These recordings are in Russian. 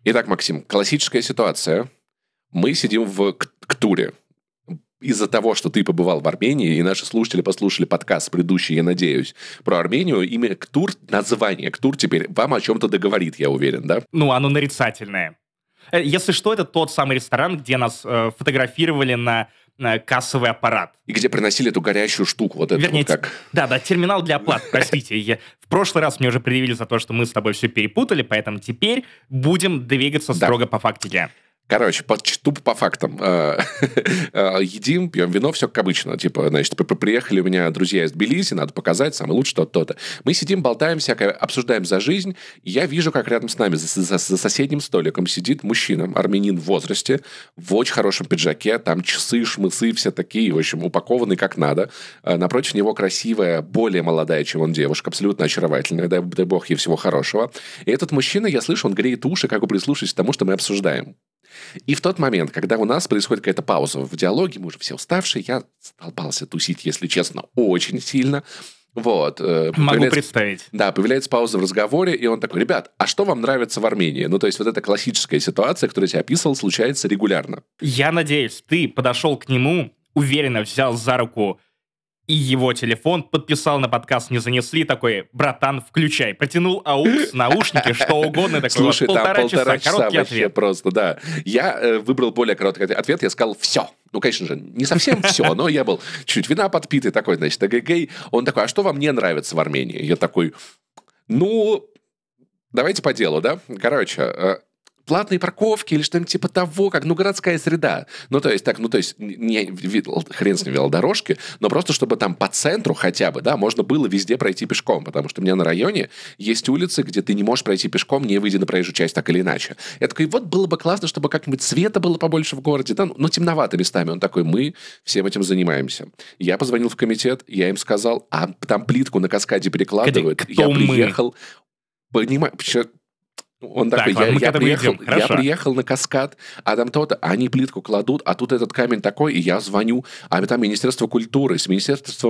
Итак, Максим, классическая ситуация. Мы сидим в Ктуре. Из-за того, что ты побывал в Армении, и наши слушатели послушали подкаст предыдущий, я надеюсь, про Армению, имя Ктур, название Ктур теперь вам о чем-то договорит, я уверен, да? Ну, оно нарицательное. Если что, это тот самый ресторан, где нас фотографировали на кассовый аппарат. И где приносили эту горящую штуку, вот это Вернее, вот как... Да, терминал для оплат, простите. В прошлый раз мне уже предъявили за то, что мы с тобой все перепутали, поэтому теперь будем двигаться строго по фактике. Короче, тупо по фактам. Едим, пьем вино, все как обычно. Типа, значит, приехали у меня друзья из Тбилиси, надо показать, самое лучшее то-то. Мы сидим, болтаем, всякое, обсуждаем за жизнь. И я вижу, как рядом с нами, за соседним столиком сидит мужчина, армянин в возрасте, в очень хорошем пиджаке, там часы, шмысы, все такие, в общем, упакованные как надо. Напротив него красивая, более молодая, чем он, девушка, абсолютно очаровательная, дай бог ей всего хорошего. И этот мужчина, я слышу, он греет уши, как бы прислушиваясь к тому, что мы обсуждаем. И в тот момент, когда у нас происходит какая-то пауза в диалоге, мы уже все уставшие, я столпался тусить, если честно, очень сильно. Вот. Могу представить. Да, появляется пауза в разговоре, и он такой: ребят, а что вам нравится в Армении? Ну, то есть вот эта классическая ситуация, которую я тебе описывал, случается регулярно. Я надеюсь, ты подошел к нему, уверенно взял за руку и его телефон, подписал на подкаст «Не занесли», такой: братан, включай. Протянул аукс, наушники, что угодно. Такой: слушай, вот, полтора часа, короткий вообще ответ. Просто, да. Я выбрал более короткий ответ, я сказал: все. Ну, конечно же, не совсем все, но я был чуть вина подпитый такой, значит, эгэгэй. Он такой: а что вам не нравится в Армении? Я такой: ну, давайте по делу, да? Короче, платные парковки или что-нибудь типа того, как, городская среда. Не хрен с ним велодорожки, но просто чтобы там по центру хотя бы, да, можно было везде пройти пешком, потому что у меня на районе есть улицы, где ты не можешь пройти пешком, не выйдя на проезжую часть так или иначе. Я такой: вот было бы классно, чтобы как-нибудь света было побольше в городе, да, темновато местами. Он такой: мы всем этим занимаемся. Я позвонил в комитет, я им сказал: а там плитку на каскаде перекладывают. Я приехал, понимаю, он такой: я приехал на каскад, а там то-то, они плитку кладут, а тут этот камень такой, и я звоню, а там Министерство культуры с Министерством,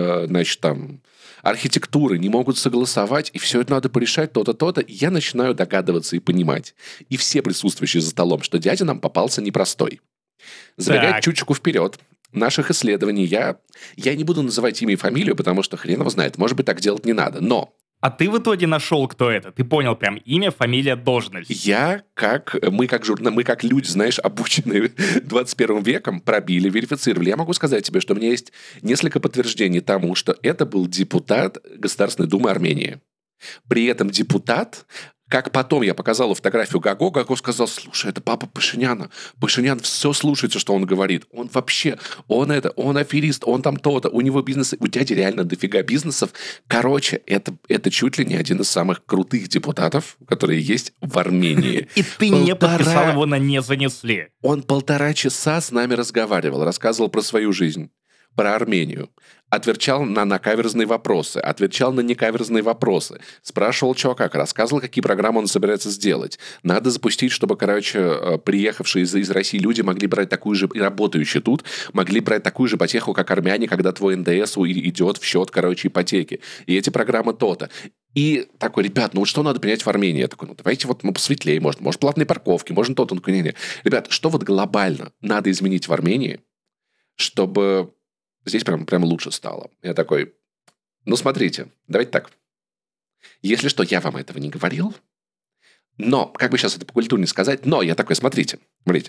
архитектуры не могут согласовать, и все это надо порешать, то-то, то-то. И я начинаю догадываться и понимать, и все присутствующие за столом, что дядя нам попался непростой. Забегать чуточку вперед наших исследований, я не буду называть имя и фамилию, потому что хрен его знает, может быть, так делать не надо, но... А ты в итоге нашел, кто это? Ты понял прям имя, фамилия, должность? Мы как люди, знаешь, обученные 21 веком, пробили, верифицировали. Я могу сказать тебе, что у меня есть несколько подтверждений тому, что это был депутат Государственной Думы Армении. При этом депутат... Как потом я показал фотографию Гаго, Гаго сказал: слушай, это папа Пашиняна. Пашинян все слушается, что он говорит. Он вообще, он аферист, он там то-то, у него бизнес, у дяди реально дофига бизнесов. Короче, это чуть ли не один из самых крутых депутатов, которые есть в Армении. И ты не подписал его на «Не занесли». Он 1,5 часа с нами разговаривал, рассказывал про свою жизнь, про Армению. Отвечал на каверзные вопросы, отвечал на некаверзные вопросы, спрашивал, что как, рассказывал, какие программы он собирается сделать. Надо запустить, чтобы, приехавшие из России люди могли брать такую же, и работающие тут, могли брать такую же ипотеку, как армяне, когда твой НДС идет в счет, ипотеки. И эти программы то-то. И такой: ребят, что надо принять в Армении? Я такой: давайте посветлее, может платные парковки, можно то-то. Он такой: не. Ребят, что глобально надо изменить в Армении, чтобы... Здесь прям лучше стало. Я такой: смотрите, давайте так. Если что, я вам этого не говорил, но, как бы сейчас это покультурнее сказать, но я такой: смотрите.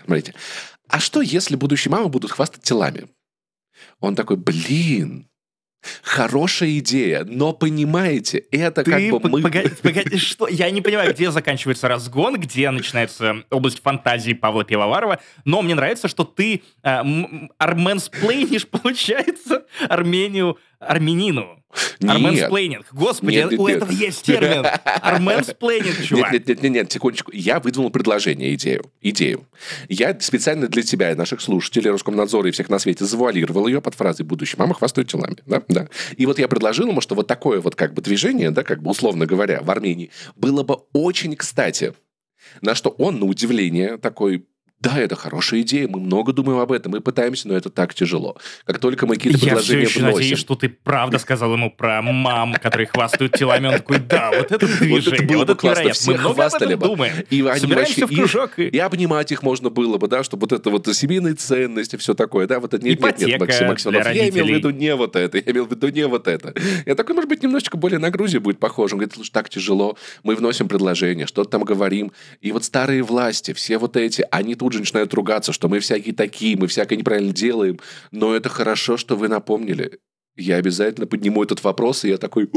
А что, если будущие мамы будут хвастать телами? Он такой: блин, хорошая идея, но понимаете, это Погоди, что? Я не понимаю, где заканчивается разгон, где начинается область фантазии Павла Пивоварова, но мне нравится, что ты арменсплейнишь, получается, армянину. Арменсплейнинг. Господи, у этого есть термин. Арменсплейнинг, чувак. Нет, секундочку. Я выдвинул предложение, идею. Я специально для тебя и наших слушателей, Роскомнадзора и всех на свете завуалировал ее под фразой: будущие мамы хвастают телами. Да. И вот я предложил ему, что вот такое движение, да, условно говоря, в Армении было бы очень кстати. На что он, на удивление, такой: Да, это хорошая идея, мы много думаем об этом, мы пытаемся, но это так тяжело. Как только мы какие-то предложения Я все еще вносим... надеюсь, что ты правда сказал ему про мам, которые хвастают телами. Он такой, да, вот это движение, вот это невероятно. Мы много об этом думаем. Собираемся в кружок. И обнимать их можно было бы, да, чтобы вот это вот семейные ценности, все такое, да, вот это нет, Максим Аксенов. Я имел в виду не вот это, Я такой, может быть, немножечко более на Грузию будет похож. Он говорит, слушай, так тяжело, мы вносим предложение, что-то там говорим, и вот старые власти, все вот эти, они тут же начинают ругаться, что мы всякие такие, мы всякое неправильно делаем, но это хорошо, что вы напомнили. Я обязательно подниму этот вопрос, и я такой,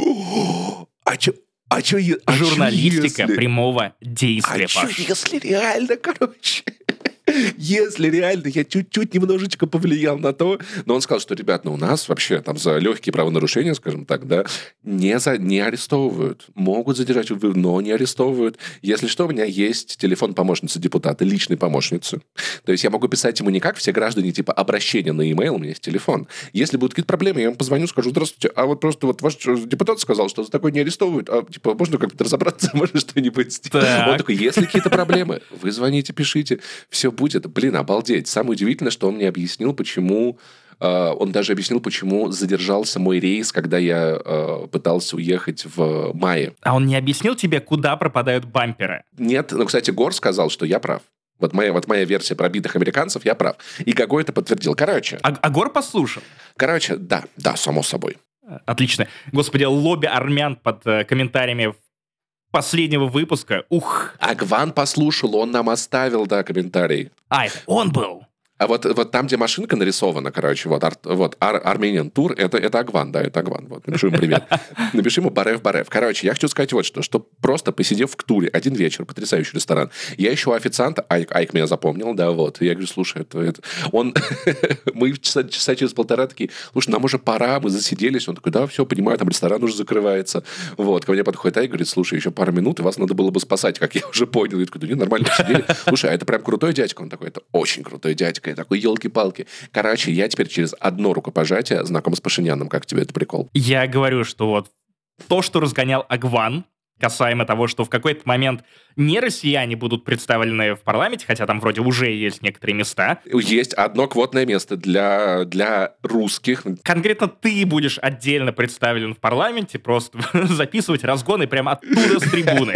журналистика прямого действия, Паш. Если реально, короче... Если реально я чуть-чуть немножечко повлиял на то, но он сказал, что, ребят, у нас вообще там за легкие правонарушения, скажем так, да, не арестовывают. Могут задержать, но не арестовывают. Если что, у меня есть телефон помощницы депутата, личной помощницы. То есть я могу писать ему не как все граждане, типа обращение на e-mail, у меня есть телефон. Если будут какие-то проблемы, я ему позвоню, скажу, здравствуйте, а вот просто вот ваш депутат сказал, что за такое не арестовывают, а типа можно как-то разобраться, можно что-нибудь сделать. Он такой, если какие-то проблемы, вы звоните, пишите, все будет. Блин, обалдеть. Самое удивительное, что он мне объяснил, почему... Он даже объяснил, почему задержался мой рейс, когда я пытался уехать в мае. А он не объяснил тебе, куда пропадают бамперы? Нет. Но, кстати, Гор сказал, что я прав. Вот моя версия про битых американцев, я прав. И Гагой это подтвердил. Короче... А Гор послушал? Короче, да, само собой. Отлично. Господи, лобби армян под комментариями последнего выпуска. Ух. Агван послушал, он нам оставил, да, комментарий. Это он был. А вот там, где машинка нарисована, короче, Armenian Tour, это Агван, да, это Агван. Вот, напиши ему привет. Напиши ему Барев. Короче, я хочу сказать вот что просто посидев в туре один вечер, потрясающий ресторан, я ищу официанта, Айк меня запомнил, да, вот, я говорю, слушай, это... Он... Мы часа через полтора такие, слушай, нам уже пора, мы засиделись, он такой, да, все, понимаю, там ресторан уже закрывается. Вот, ко мне подходит Айк, говорит, слушай, еще пару минут, и вас надо было бы спасать, как я уже понял. Я такой, да нет, нормально посидели. Слушай, а это прям крутой дядька? Он такой, это очень крутой дядька. Я такой, елки-палки. Короче, я теперь через одно рукопожатие знаком с Пашиняном. Как тебе это прикол? Я говорю, что вот то, что разгонял Агван, касаемо того, что в какой-то момент не россияне будут представлены в парламенте, хотя там вроде уже есть некоторые места. Есть одно квотное место для русских. Конкретно ты будешь отдельно представлен в парламенте, просто записывать разгоны прямо оттуда с трибуны.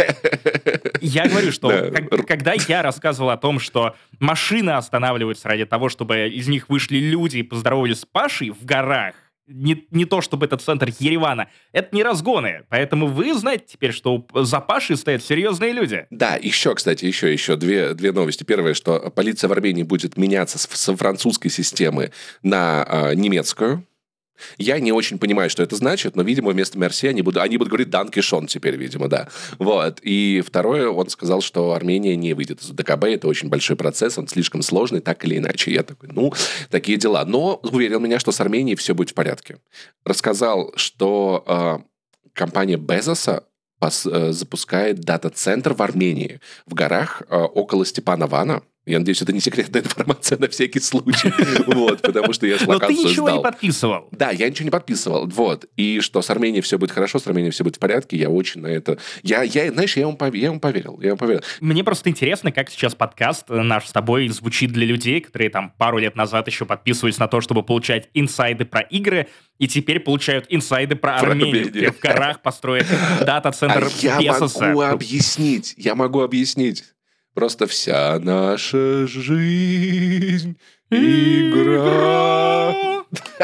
Я говорю, что когда я рассказывал о том, что машины останавливаются ради того, чтобы из них вышли люди и поздоровались с Пашей в горах, не то, чтобы это центр Еревана. Это не разгоны. Поэтому вы знаете теперь, что за Пашей стоят серьезные люди. Да, кстати, еще две новости. Первое, что полиция в Армении будет меняться со французской системы на немецкую. Я не очень понимаю, что это значит, но, видимо, вместо «мерси» они будут говорить «данке шон» теперь, видимо, да. Вот. И второе, он сказал, что Армения не выйдет из УДКБ, это очень большой процесс, он слишком сложный, так или иначе. Я такой, такие дела. Но уверил меня, что с Арменией все будет в порядке. Рассказал, что компания Безоса запускает дата-центр в Армении, в горах около Степана Вана. Я надеюсь, это не секретная информация на всякий случай. Вот, потому что я же локацию сдал. Но ты ничего не подписывал. Да, я ничего не подписывал. Вот. И что с Арменией все будет хорошо, с Арменией все будет в порядке. Я очень на это... Знаешь, я ему поверил. Мне просто интересно, как сейчас подкаст наш с тобой звучит для людей, которые там пару лет назад еще подписывались на то, чтобы получать инсайды про игры, и теперь получают инсайды про Армению, где в горах построят дата-центр Безоса. Я могу объяснить. Просто вся наша жизнь игра.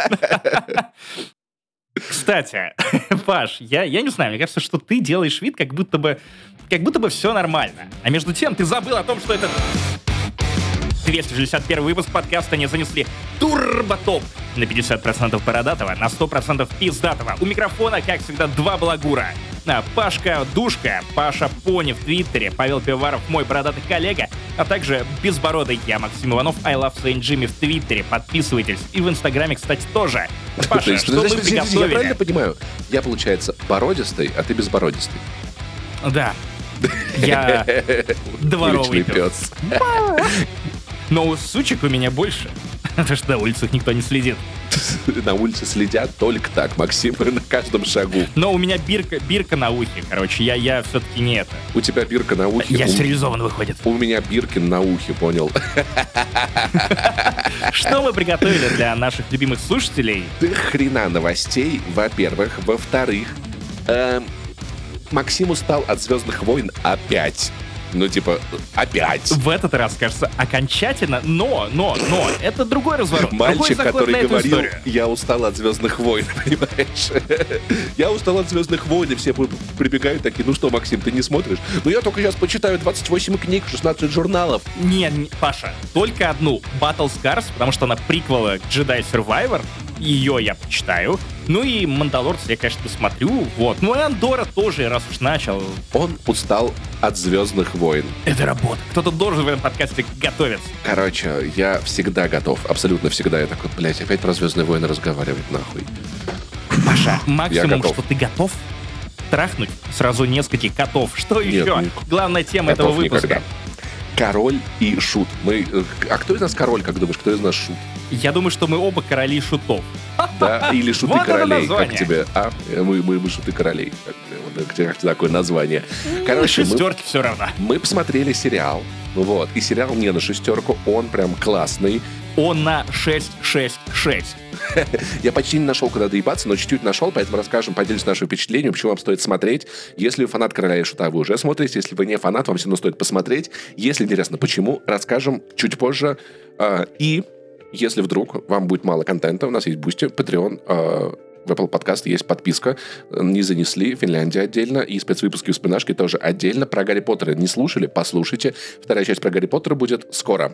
Кстати, Паш, я не знаю, мне кажется, что ты делаешь вид, как будто бы все нормально. А между тем ты забыл о том, что это 261 выпуск подкаста не занесли турботоп на 50% бородатого, на 100% пиздатого. У микрофона, как всегда, два балагура. Пашка Душка, Паша Пони в Твиттере, Павел Пивоваров, мой бородатый коллега, а также безбородый я, Максим Иванов, I Love Saint Jimmy в Твиттере. Подписывайтесь. И в Инстаграме, кстати, тоже. Паша, что мы приготовили? Я правильно понимаю? Я, получается, бородистый, а ты безбородистый. Да. Я дворовый пес. Но сучек у меня больше, потому что на улицах никто не следит. На улице следят только так, Максим, на каждом шагу. Но у меня бирка на ухе, короче, я все-таки не это. У тебя бирка на ухе. Я стерилизован, выходит. У меня Биркин на ухе, понял? Что мы приготовили для наших любимых слушателей? Да хрена новостей, во-первых. Во-вторых, Максим устал от «Звездных войн» опять. Ну, типа, опять. В этот раз, кажется, окончательно, но, это другой разворот. Мальчик, который говорил, историю. я устал от «Звездных войн», понимаешь? Я устал от «Звездных войн», и все прибегают такие, ну что, Максим, ты не смотришь? Ну, я только сейчас почитаю 28 книг, 16 журналов. Не, Паша, только одну, Battle Scars, потому что она приквела к Jedi Survivor, ее я почитаю. Ну и «Мандалорца» я, конечно, посмотрю, вот. Ну и «Андора» тоже, раз уж начал. Он устал от «Звездных войн». Это работа. Кто-то должен в этом подкасте готовиться. Короче, я всегда готов, абсолютно всегда. Я такой, блядь, опять про «Звездные войны» разговаривать, нахуй. Паша, максимум, что ты готов трахнуть сразу нескольких котов. Что еще? Главная тема этого выпуска. Никогда. Король и шут. А кто из нас король, как думаешь? Кто из нас шут? Я думаю, что мы оба короли шутов. Да, или шуты Вот королей, это как тебе? Мы шуты королей. Как тебе такое название? Короче, шестерки все равно. Мы посмотрели сериал. Вот. И сериал не на шестерку, он прям классный. Он на 6-6-6. Я почти не нашел, куда доебаться, но чуть-чуть нашел, поэтому расскажем, поделюсь нашим впечатлением, почему вам стоит смотреть. Если вы фанат «Короля и Шута», вы уже смотрите. Если вы не фанат, вам все равно стоит посмотреть. Если интересно, почему, расскажем чуть позже. И если вдруг вам будет мало контента, у нас есть Boosty, Patreon, в Apple Podcast есть подписка. Не занесли. Финляндия отдельно. И спецвыпуски «Вспоминашки» тоже отдельно. Про Гарри Поттера не слушали? Послушайте. Вторая часть про Гарри Поттера будет скоро.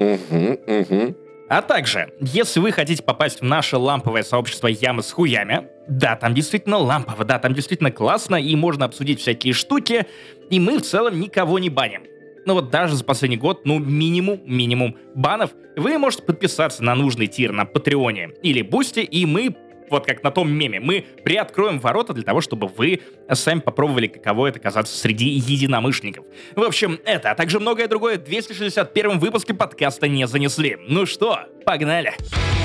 А также, если вы хотите попасть в наше ламповое сообщество «Ямы с хуями», да, там действительно лампово, да, там действительно классно, и можно обсудить всякие штуки, и мы в целом никого не баним. Но вот даже за последний год, минимум банов, вы можете подписаться на нужный тир на Патреоне или Бусти, и мы, вот как на том меме, мы приоткроем ворота для того, чтобы вы сами попробовали, каково это оказаться среди единомышленников. В общем, это, а также многое другое в 261 выпуске подкаста не занесли. Ну что, погнали!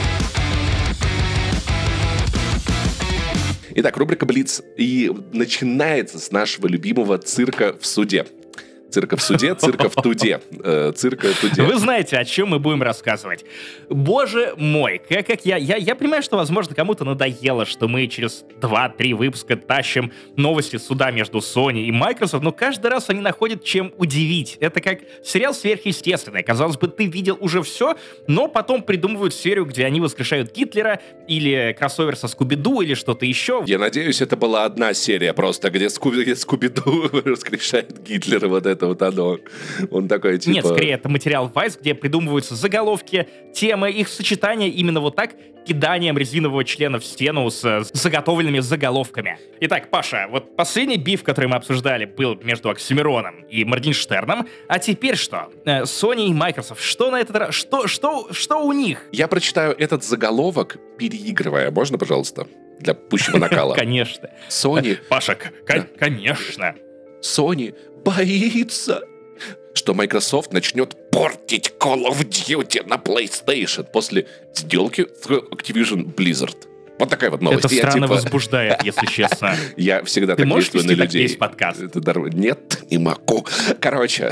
Итак, рубрика «Блиц» и начинается с нашего любимого цирка в суде. Цирка в суде, цирка в туде. Цирка в туде. Вы знаете, о чем мы будем рассказывать. Боже мой, как я понимаю, что, возможно, кому-то надоело, что мы через 2-3 выпуска тащим новости суда между Sony и Microsoft, но каждый раз они находят чем удивить. Это как сериал «Сверхъестественное». Казалось бы, ты видел уже все, но потом придумывают серию, где они воскрешают Гитлера, или кроссовер со Скуби-Ду, или что-то еще. Я надеюсь, это была одна серия просто, где Скуби-Ду воскрешает Гитлера, вот это вот оно. Он такой, типа... Нет, скорее, это материал Vice, где придумываются заголовки, темы, их сочетание именно вот так, киданием резинового члена в стену с заготовленными заголовками. Итак, Паша, вот последний биф, который мы обсуждали, был между Оксимироном и Моргенштерном, а теперь что? Sony и Microsoft, что на этот раз? Что у них? Я прочитаю этот заголовок, переигрывая. Можно, пожалуйста? Для пущего накала. Конечно. Sony... Паша, конечно. Sony боится, что Microsoft начнет портить Call of Duty на PlayStation после сделки с Activision Blizzard. Вот такая вот новость. Это странно возбуждает, если честно. Я всегда так действую на людей. Ты можешь вести так весь подкаст? Нет, не могу. Короче.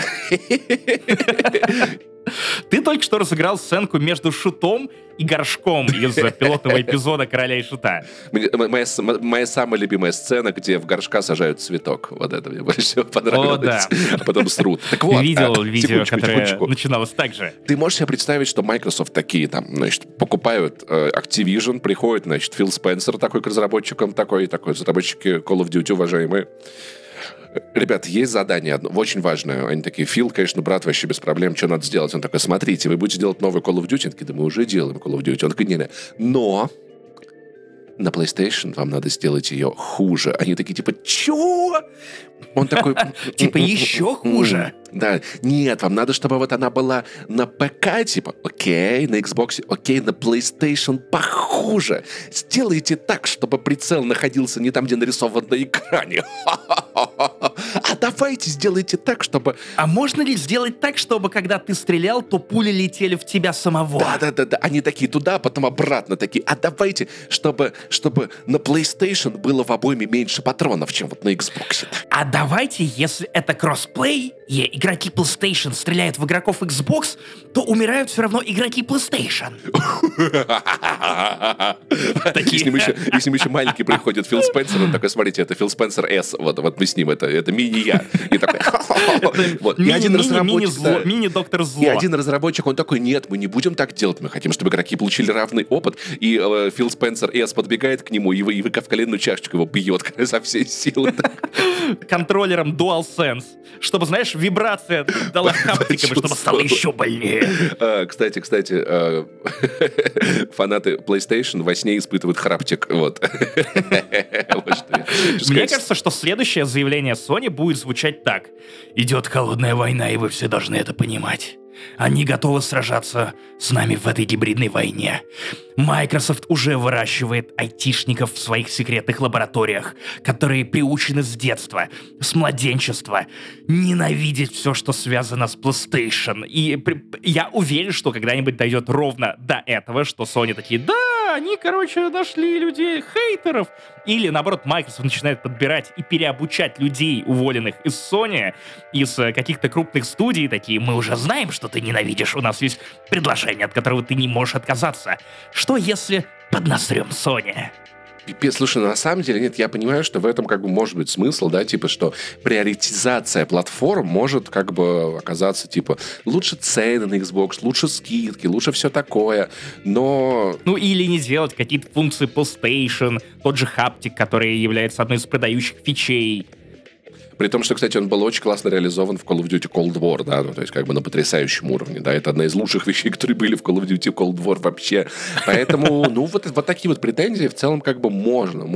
Ты только что разыграл сценку между Шутом и Горшком из пилотного эпизода «Короля и Шута». Моя самая любимая сцена, где в горшка сажают цветок. Вот это мне больше всего понравилось. О, да. А потом срут. Так вот, видел видео, которое начиналось так же. Ты можешь себе представить, что Microsoft такие там, значит, покупают Activision, приходит, значит, Фил Спенсер такой к разработчикам, такой разработчики Call of Duty, уважаемые. Ребят, есть задание одно, очень важное. Они такие, Фил, конечно, брат, вообще без проблем, что надо сделать? Он такой, смотрите, вы будете делать новый Call of Duty? Они такие, да мы уже делаем Call of Duty. Он такой, не-не, но на PlayStation вам надо сделать ее хуже. Они такие, типа, чё? Он такой... Типа, еще хуже? Да, нет, вам надо, чтобы вот она была на ПК, типа, окей, на Xbox, окей, на PlayStation похуже. Сделайте так, чтобы прицел находился не там, где нарисован на экране. А давайте сделайте так, чтобы... А можно ли сделать так, чтобы когда ты стрелял, то пули летели в тебя самого? Да, они такие туда, потом обратно такие, а давайте, чтобы на PlayStation было в обойме меньше патронов, чем вот на Xbox. А давайте, если это кроссплей, и игроки PlayStation стреляют в игроков Xbox, то умирают все равно игроки PlayStation. И с ним еще маленький приходит Фил Спенсер, он такой, смотрите, это Фил Спенсер S, вот мы с ним, это мини-я. И такой, мини-доктор Зло. И один разработчик, он такой, нет, мы не будем так делать, мы хотим, чтобы игроки получили равный опыт. И Фил Спенсер S подбегает к нему и в коленную чашечку его бьет со всей силы. Контроллером DualSense, чтобы, знаешь, вибрация дала хаптиками, чтобы стало еще больнее. Кстати, фанаты PlayStation во сне испытывают храптик. Вот. Мне кажется, что следующее заявление Sony будет звучать так. Идет холодная война, и вы все должны это понимать. Они готовы сражаться с нами в этой гибридной войне. Microsoft уже выращивает айтишников в своих секретных лабораториях, которые приучены с детства, с младенчества, ненавидеть все, что связано с PlayStation. И я уверен, что когда-нибудь дойдет ровно до этого, что Sony такие, да, они, нашли людей, хейтеров. Или, наоборот, Microsoft начинает подбирать и переобучать людей, уволенных из Sony, из каких-то крупных студий, такие, мы уже знаем, что ты ненавидишь, у нас есть предложение, от которого ты не можешь отказаться. Что если поднасрем Sony? Пипец, слушай, на самом деле, нет, я понимаю, что в этом может быть смысл, да, что приоритизация платформ может оказаться, лучше цены на Xbox, лучше скидки, лучше все такое, но... Или не сделать какие-то функции PlayStation, тот же хаптик, который является одной из продающих фичей. При том, что, кстати, он был очень классно реализован в Call of Duty Cold War, да, то есть на потрясающем уровне, да, это одна из лучших вещей, которые были в Call of Duty Cold War вообще. Поэтому, вот такие вот претензии в целом можно,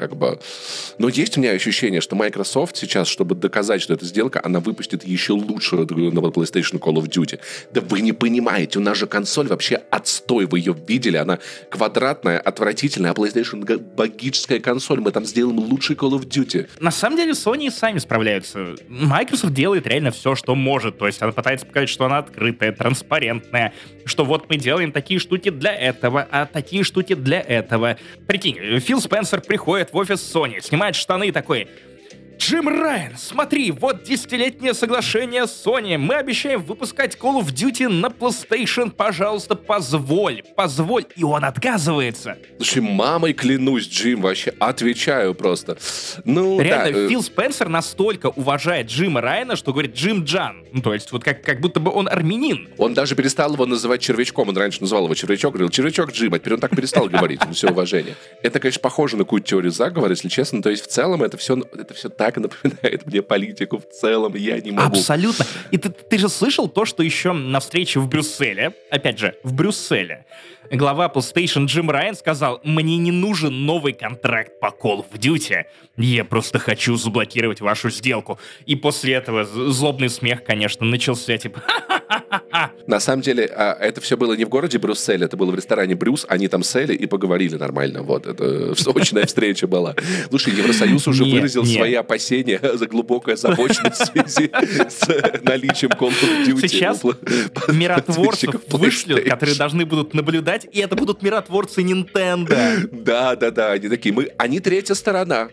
Но есть у меня ощущение, что Microsoft сейчас, чтобы доказать, что это сделка, она выпустит еще лучшую на PlayStation Call of Duty. Да вы не понимаете, у нас же консоль вообще отстой, вы ее видели, она квадратная, отвратительная, а PlayStation богическая консоль, мы там сделаем лучший Call of Duty. На самом деле, Sony сами справляются. Microsoft делает реально все, что может. То есть она пытается показать, что она открытая, транспарентная, что вот мы делаем такие штуки для этого, а такие штуки для этого. Прикинь, Фил Спенсер приходит в офис Sony, снимает штаны и такой... Джим Райан, смотри, вот 10-летнее соглашение с Sony. Мы обещаем выпускать Call of Duty на PlayStation. Пожалуйста, позволь. И он отказывается. Слушай, мамой клянусь, Джим, вообще отвечаю просто. Реально, Фил Спенсер настолько уважает Джима Райана, что говорит Джим Джан. То есть вот как будто бы он армянин. Он даже перестал его называть червячком. Он раньше называл его червячок, говорил червячок Джим, а теперь он так перестал говорить. Все уважение. Это, конечно, похоже на какую-то теорию заговора, если честно. То есть в целом это все так напоминает мне политику в целом, я не могу. Абсолютно. И ты же слышал то, что еще на встрече в Брюсселе, опять же, в Брюсселе, глава PlayStation Джим Райан сказал, мне не нужен новый контракт по Call of Duty, я просто хочу заблокировать вашу сделку. И после этого злобный смех, конечно, начался, На самом деле, это все было не в городе Брюссель, это было в ресторане Брюс, они там сели и поговорили нормально, вот, это очная встреча была. Слушай, Евросоюз уже выразил свои опасения за глубокую озабоченность в связи с наличием Call of Duty. Сейчас миротворцев вышлют, которые должны будут наблюдать, и это будут миротворцы Nintendo. Да, они такие, они третья сторона.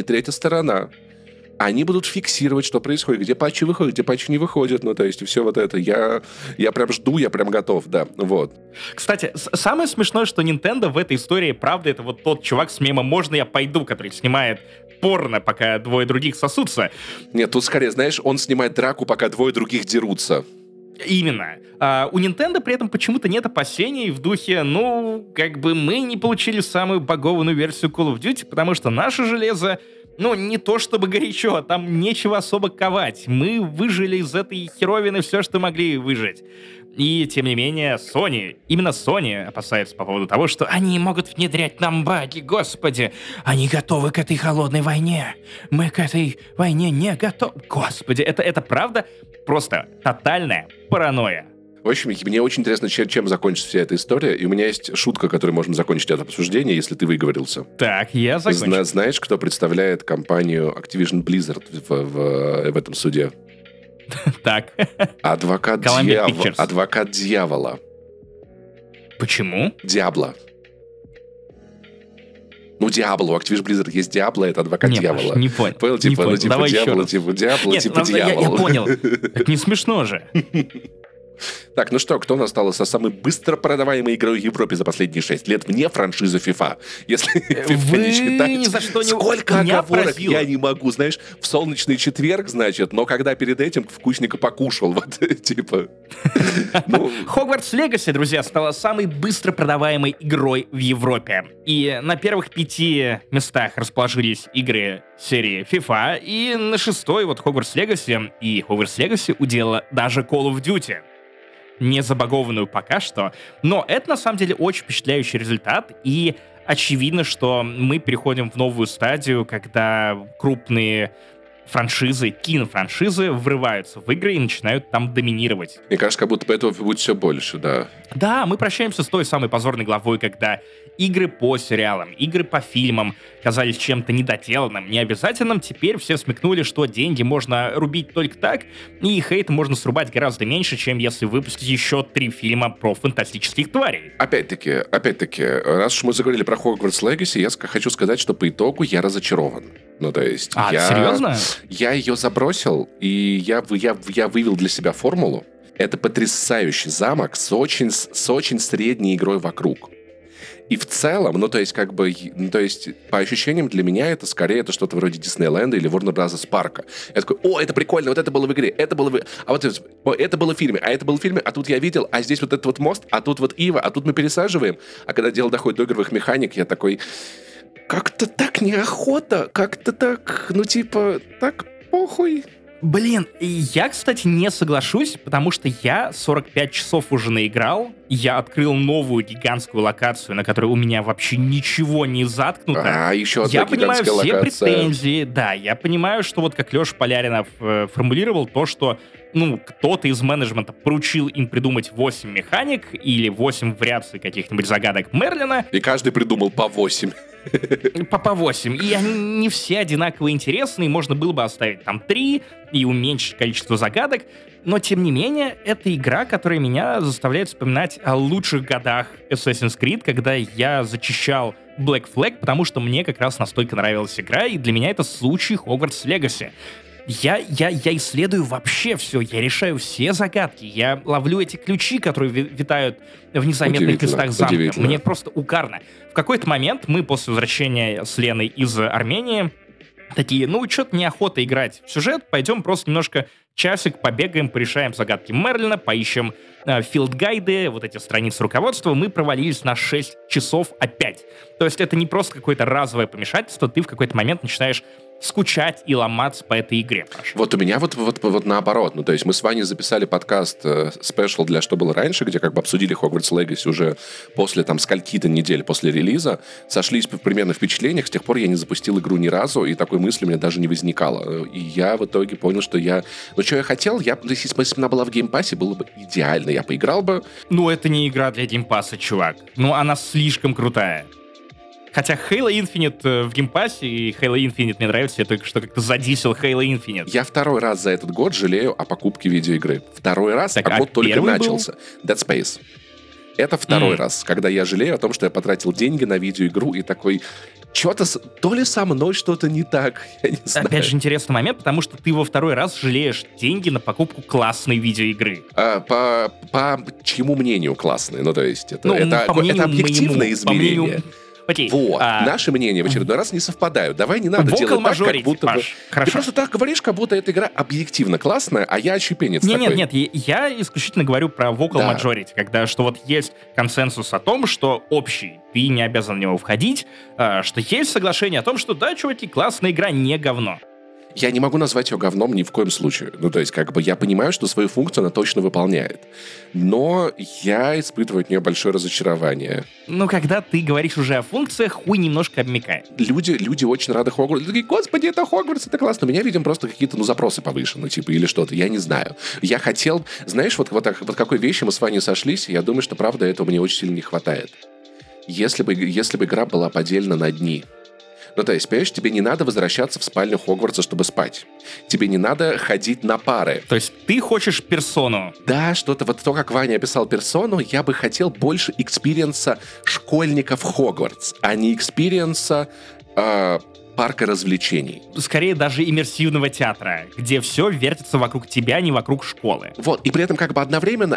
Они будут фиксировать, что происходит, где патчи выходят, где патчи не выходят. Ну, то есть, все вот это. Я прям жду, я прям готов, да, вот. Кстати, самое смешное, что Nintendo в этой истории, правда, это вот тот чувак с мемом «Можно я пойду?», который снимает порно, пока двое других сосутся. Нет, тут скорее, знаешь, он снимает драку, пока двое других дерутся. Именно. У Nintendo при этом почему-то нет опасений в духе, мы не получили самую багованную версию Call of Duty, потому что наше железо, не то чтобы горячо, там нечего особо ковать. Мы выжили из этой херовины все, что могли выжить. И, тем не менее, именно Sony опасается по поводу того, что они могут внедрять нам баги, господи. Они готовы к этой холодной войне. Мы к этой войне не готовы. Господи, это правда просто тотальная паранойя. В общем, мне очень интересно, чем закончится вся эта история. И у меня есть шутка, которой можем закончить это обсуждение, если ты выговорился. Так, я закончу. Знаешь, кто представляет компанию Activision Blizzard в этом суде? Так. Адвокат дьявола. Почему? Диабло. Ну, Диабло. У Activision Blizzard есть Диабло, это адвокат дьявола. Не понял. Понял? Типа Диабло, типа Диабло, типа дьявол. Я понял. Это не смешно же. Так, ну что, кто у нас стал со самой быстро продаваемой игрой в Европе за последние 6 лет? Вне франшизы FIFA. Если FIFA не считаете. Ни за что не... Сколько оговорок я не могу, знаешь, в солнечный четверг, значит, но когда перед этим вкусненько покушал, вот, типа... Хогвартс Легаси, друзья, стала самой быстро продаваемой игрой в Европе. И на первых 5 местах расположились игры серии FIFA, и на 6-й вот Хогвартс Легаси, и Хогвартс Легаси удела даже Call of Duty. Не забагованную пока что, но это на самом деле очень впечатляющий результат, и очевидно, что мы переходим в новую стадию, когда крупные франшизы, кинофраншизы врываются в игры и начинают там доминировать. Мне кажется, как будто этого будет все больше, да. Да, мы прощаемся с той самой позорной главой, когда игры по сериалам, игры по фильмам казались чем-то недоделанным, необязательным. Теперь все смекнули, что деньги можно рубить только так, и хейт можно срубать гораздо меньше, чем если выпустить еще 3 фильма про фантастических тварей. Опять-таки, раз уж мы заговорили про Hogwarts Legacy, я хочу сказать, что по итогу я разочарован. Ну, то есть... серьезно? Я ее забросил, и я вывел для себя формулу. Это потрясающий замок с очень средней игрой вокруг. И в целом, по ощущениям для меня это скорее это что-то вроде Диснейленда или Warner Bros. Парка. Я такой, это прикольно, вот это было в игре, это было это было в фильме, а тут я видел, а здесь вот этот вот мост, а тут вот Ива, а тут мы пересаживаем. А когда дело доходит до игровых механик, я такой, как-то так неохота, как-то так, так похуй. Блин, я, кстати, не соглашусь, потому что я 45 часов уже наиграл, я открыл новую гигантскую локацию, на которой у меня вообще ничего не заткнуто. Еще одна я понимаю все локация. Претензии, да, я понимаю, что вот как Леша Поляринов формулировал то, что кто-то из менеджмента поручил им придумать 8 механик или 8 вариаций каких-нибудь загадок Мерлина. И каждый придумал по 8. По 8. И они не все одинаково интересные. Можно было бы оставить там 3 и уменьшить количество загадок. Но, тем не менее, это игра, которая меня заставляет вспоминать о лучших годах Assassin's Creed, когда я зачищал Black Flag, потому что мне как раз настолько нравилась игра, и для меня это случай Hogwarts Legacy. Я исследую вообще все, я решаю все загадки, я ловлю эти ключи, которые витают в незаметных местах замка. Мне просто угарно. В какой-то момент мы после возвращения с Леной из Армении такие, что-то неохота играть в сюжет, пойдем просто немножко часик побегаем, порешаем загадки Мерлина, поищем филдгайды, вот эти страницы руководства. Мы провалились на 6 часов опять. То есть это не просто какое-то разовое помешательство, ты в какой-то момент начинаешь скучать и ломаться по этой игре. Прошу. Вот у меня вот наоборот. То есть мы с Ваней записали подкаст спешл для «Что было раньше», где как бы обсудили Hogwarts Legacy уже после скольки-то недель после релиза. Сошлись примерно в впечатлениях. С тех пор я не запустил игру ни разу, и такой мысли у меня даже не возникало. И я в итоге понял, что что я хотел, если бы она была в геймпассе, было бы идеально. Я поиграл бы. Это не игра для геймпасса, чувак. Она слишком крутая. Хотя Halo Infinite в геймпассе, и Halo Infinite мне нравится, я только что как-то задисел Halo Infinite. Я второй раз за этот год жалею о покупке видеоигры. Второй раз, год только начался. Dead Space. Это второй раз, когда я жалею о том, что я потратил деньги на видеоигру и такой, что-то, то ли со мной что-то не так, я не знаю. Опять же интересный момент, потому что ты во второй раз жалеешь деньги на покупку классной видеоигры. По чьему мнению классной? Это объективное измерение. Окей. Наши мнения в очередной раз не совпадают. Давай не надо делать так, как будто бы... Ты просто так говоришь, как будто эта игра объективно классная, а я ощепенец такой. Нет, я исключительно говорю про vocal majority, когда что вот есть консенсус о том, что общий, ты не обязан в него входить, что есть соглашение о том, что да, чуваки, классная игра, не говно. Я не могу назвать ее говном ни в коем случае. Ну, то есть, как бы, я понимаю, что свою функцию она точно выполняет. Но я испытываю от нее большое разочарование. Ну, когда ты говоришь уже о функциях, хуй немножко обмякает. Люди очень рады Хогвартсу. Такие, господи, это Хогвартс, это классно. У меня, видимо, просто какие-то, запросы повышены, типа, или что-то. Я не знаю. Я хотел... Знаешь, вот какой вещи мы с Ваней сошлись, я думаю, что, правда, этого мне очень сильно не хватает. Если бы игра была поделена на дни. Ну, то есть, понимаешь, тебе не надо возвращаться в спальню Хогвартса, чтобы спать. Тебе не надо ходить на пары. То есть ты хочешь персону? Да, что-то вот то, как Ваня описал персону, я бы хотел больше экспириенса школьников Хогвартс, а не экспириенса парка развлечений. Скорее даже иммерсивного театра, где все вертится вокруг тебя, не вокруг школы. Вот, и при этом как бы одновременно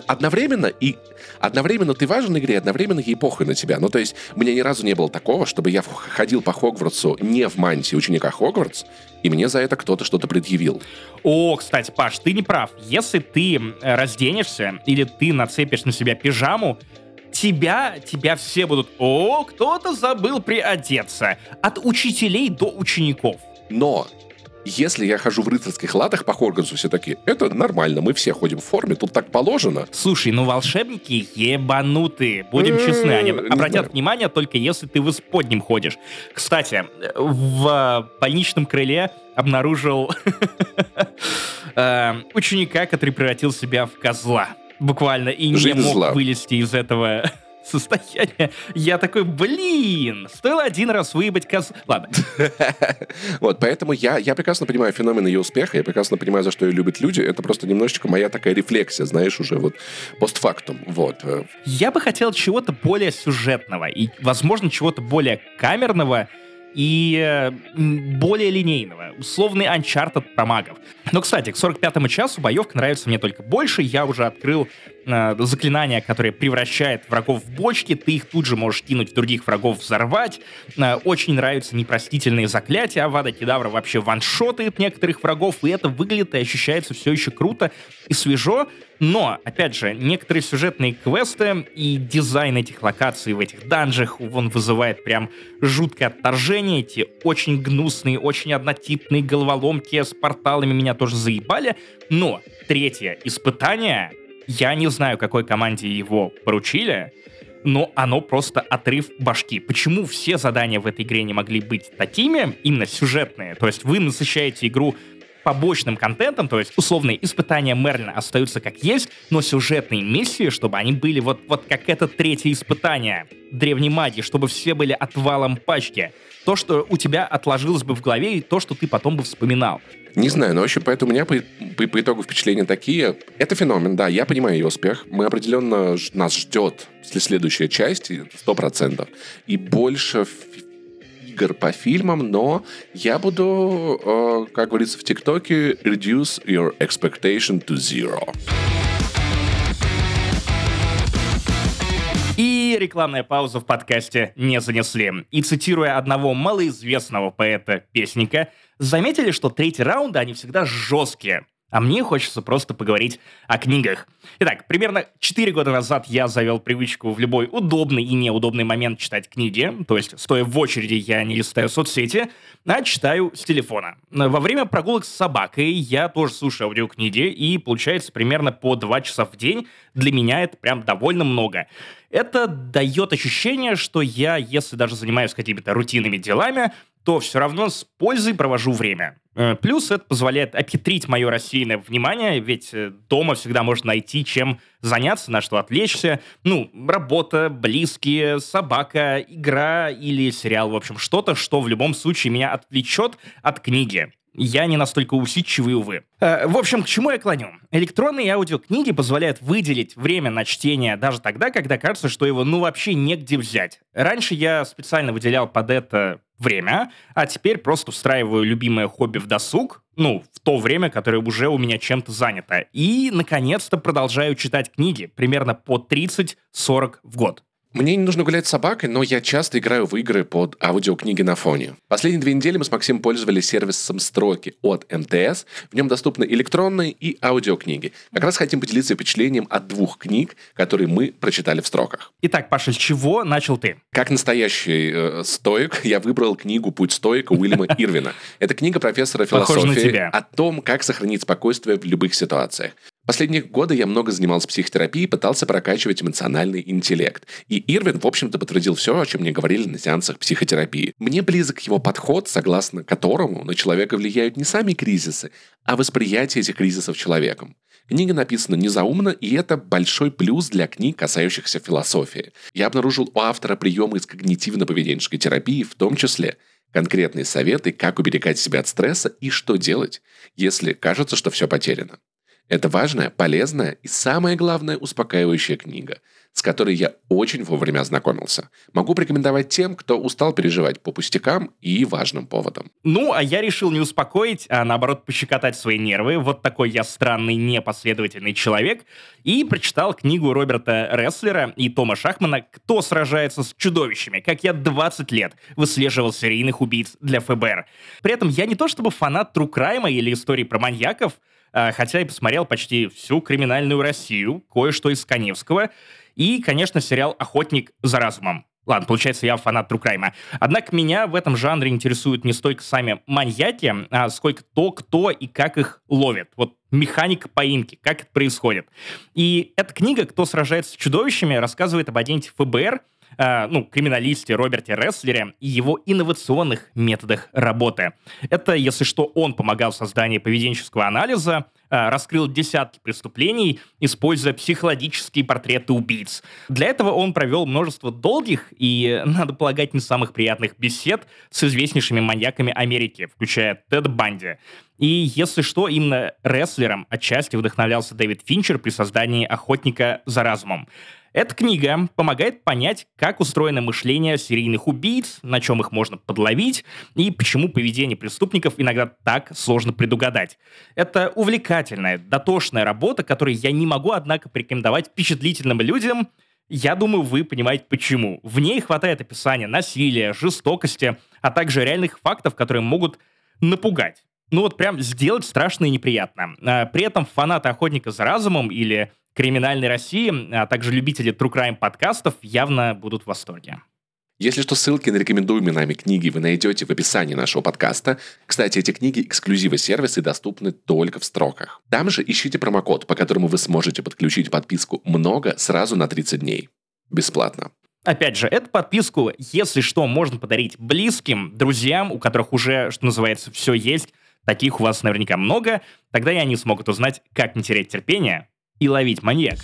ты важен в игре, одновременно ей похуй на тебя. Ну, то есть, у меня ни разу не было такого, чтобы я ходил по Хогвартсу не в мантии ученика Хогвартс, и мне за это кто-то что-то предъявил. О, кстати, Паш, ты не прав. Если ты разденешься или ты нацепишь на себя пижаму, тебя все будут: о, кто-то забыл приодеться. От учителей до учеников. Но если я хожу в рыцарских латах по Хогвартсу, все такие: это нормально, мы все ходим в форме, тут так положено. Слушай, волшебники ебанутые, будем честны, они обратят внимание только если ты в исподнем ходишь. Кстати, в больничном крыле обнаружил ученика, который превратил себя в козла. Буквально, и не мог вылезти из этого состояния. Я такой, стоило один раз выебать козла. Ладно. Вот, поэтому я прекрасно понимаю феномен ее успеха, я прекрасно понимаю, за что ее любят люди. Это просто немножечко моя такая рефлексия, знаешь, уже вот постфактум. Вот. Я бы хотел чего-то более сюжетного и, возможно, чего-то более камерного и более линейного. Условный Uncharted про магов. Но, кстати, к 45-му часу боевка нравится мне только больше. Я уже открыл заклинание, которое превращает врагов в бочки. Ты их тут же можешь кинуть в других врагов, взорвать. Очень нравятся непростительные заклятия. Авада Кедавра вообще ваншотает некоторых врагов. И это выглядит и ощущается все еще круто и свежо. Но, опять же, некоторые сюжетные квесты и дизайн этих локаций в этих данжах, он вызывает прям жуткое отторжение. Эти очень гнусные, очень однотипные головоломки с порталами меня тоже заебали. Но третье испытание, я не знаю, какой команде его поручили, но оно просто отрыв башки. Почему все задания в этой игре не могли быть такими, именно сюжетные? То есть вы насыщаете игру побочным контентом, то есть условные испытания Мерлина остаются как есть, но сюжетные миссии, чтобы они были вот как это третье испытание древней магии, чтобы все были отвалом пачки. То, что у тебя отложилось бы в голове, и то, что ты потом бы вспоминал. Не знаю, но вообще, поэтому у меня по итогу впечатления такие. Это феномен, да, я понимаю ее успех. Мы определенно, нас ждет следующая часть, 100%. И больше игр по фильмам, но я буду, как говорится в ТикТоке, reduce your expectation to zero. И рекламная пауза в подкасте не занесли. И цитируя одного малоизвестного поэта-песника, заметили, что третьи раунды, они всегда жесткие. А мне хочется просто поговорить о книгах. Итак, примерно 4 года назад я завел привычку в любой удобный и неудобный момент читать книги. То есть, стоя в очереди, я не листаю соцсети, а читаю с телефона. Во время прогулок с собакой я тоже слушаю аудиокниги, и получается примерно по 2 часа в день. Для меня это прям довольно много. Это дает ощущение, что я, если даже занимаюсь какими-то рутинными делами, то все равно с пользой провожу время. Плюс это позволяет обхитрить мое рассеянное внимание, ведь дома всегда можно найти, чем заняться, на что отвлечься. Работа, близкие, собака, игра или сериал, в общем, что-то, что в любом случае меня отвлечет от книги. Я не настолько усидчивый, увы. В общем, к чему я клоню? Электронные аудиокниги позволяют выделить время на чтение даже тогда, когда кажется, что его вообще негде взять. Раньше я специально выделял под это время, а теперь просто устраиваю любимое хобби в досуг, в то время, которое уже у меня чем-то занято. И, наконец-то, продолжаю читать книги, примерно по 30-40 в год. Мне не нужно гулять с собакой, но я часто играю в игры под аудиокниги на фоне. Последние 2 недели мы с Максимом пользовались сервисом «Строки» от МТС. В нем доступны электронные и аудиокниги. Как раз хотим поделиться впечатлением от 2 книг, которые мы прочитали в «Строках». Итак, Паша, с чего начал ты? Как настоящий стоик, я выбрал книгу «Путь стоика» Уильяма Ирвина. Это книга профессора философии о том, как сохранить спокойствие в любых ситуациях. Последние годы я много занимался психотерапией и пытался прокачивать эмоциональный интеллект. И Ирвин, в общем-то, подтвердил все, о чем мне говорили на сеансах психотерапии. Мне близок его подход, согласно которому на человека влияют не сами кризисы, а восприятие этих кризисов человеком. Книга написана незаумно, и это большой плюс для книг, касающихся философии. Я обнаружил у автора приемы из когнитивно-поведенческой терапии, в том числе конкретные советы, как уберегать себя от стресса и что делать, если кажется, что все потеряно. Это важная, полезная и, самое главное, успокаивающая книга, с которой я очень вовремя ознакомился. Могу порекомендовать тем, кто устал переживать по пустякам и важным поводам. Ну, а я решил не успокоить, а наоборот пощекотать свои нервы. Вот такой я странный, непоследовательный человек. И прочитал книгу Роберта Реслера и Тома Шахмана «Кто сражается с чудовищами?», как я 20 лет выслеживал серийных убийц для ФБР. При этом я не то чтобы фанат true crime или историй про маньяков, хотя и посмотрел почти всю криминальную Россию, кое-что из Каневского, и, конечно, сериал «Охотник за разумом». Ладно, получается, я фанат true crime. Однако меня в этом жанре интересуют не столько сами маньяки, а сколько то, кто и как их ловят. Вот механика поимки, как это происходит. И эта книга «Кто сражается с чудовищами» рассказывает об агенте ФБР, криминалисте Роберте Реслере и его инновационных методах работы. Это, если что, он помогал в создании поведенческого анализа, раскрыл десятки преступлений, используя психологические портреты убийц. Для этого он провел множество долгих и, надо полагать, не самых приятных бесед с известнейшими маньяками Америки, включая Теда Банди. И, если что, именно Реслером отчасти вдохновлялся Дэвид Финчер при создании «Охотника за разумом». Эта книга помогает понять, как устроено мышление серийных убийц, на чем их можно подловить, и почему поведение преступников иногда так сложно предугадать. Это увлекательная, дотошная работа, которую я не могу, однако, порекомендовать впечатлительным людям. Я думаю, вы понимаете почему. В ней хватает описания насилия, жестокости, а также реальных фактов, которые могут напугать. Ну вот прям сделать страшно и неприятно. При этом фанаты «Охотника за разумом» или «Криминальной России», а также любители true crime подкастов явно будут в восторге. Если что, ссылки на рекомендуемые нами книги вы найдете в описании нашего подкаста. Кстати, эти книги эксклюзивы сервиса и доступны только в Строках. Там же ищите промокод, по которому вы сможете подключить подписку «Много» сразу на 30 дней. Бесплатно. Опять же, эту подписку, если что, можно подарить близким, друзьям, у которых уже, что называется, все есть. Таких у вас наверняка много. Тогда и они смогут узнать, как не терять терпение и ловить маньяка.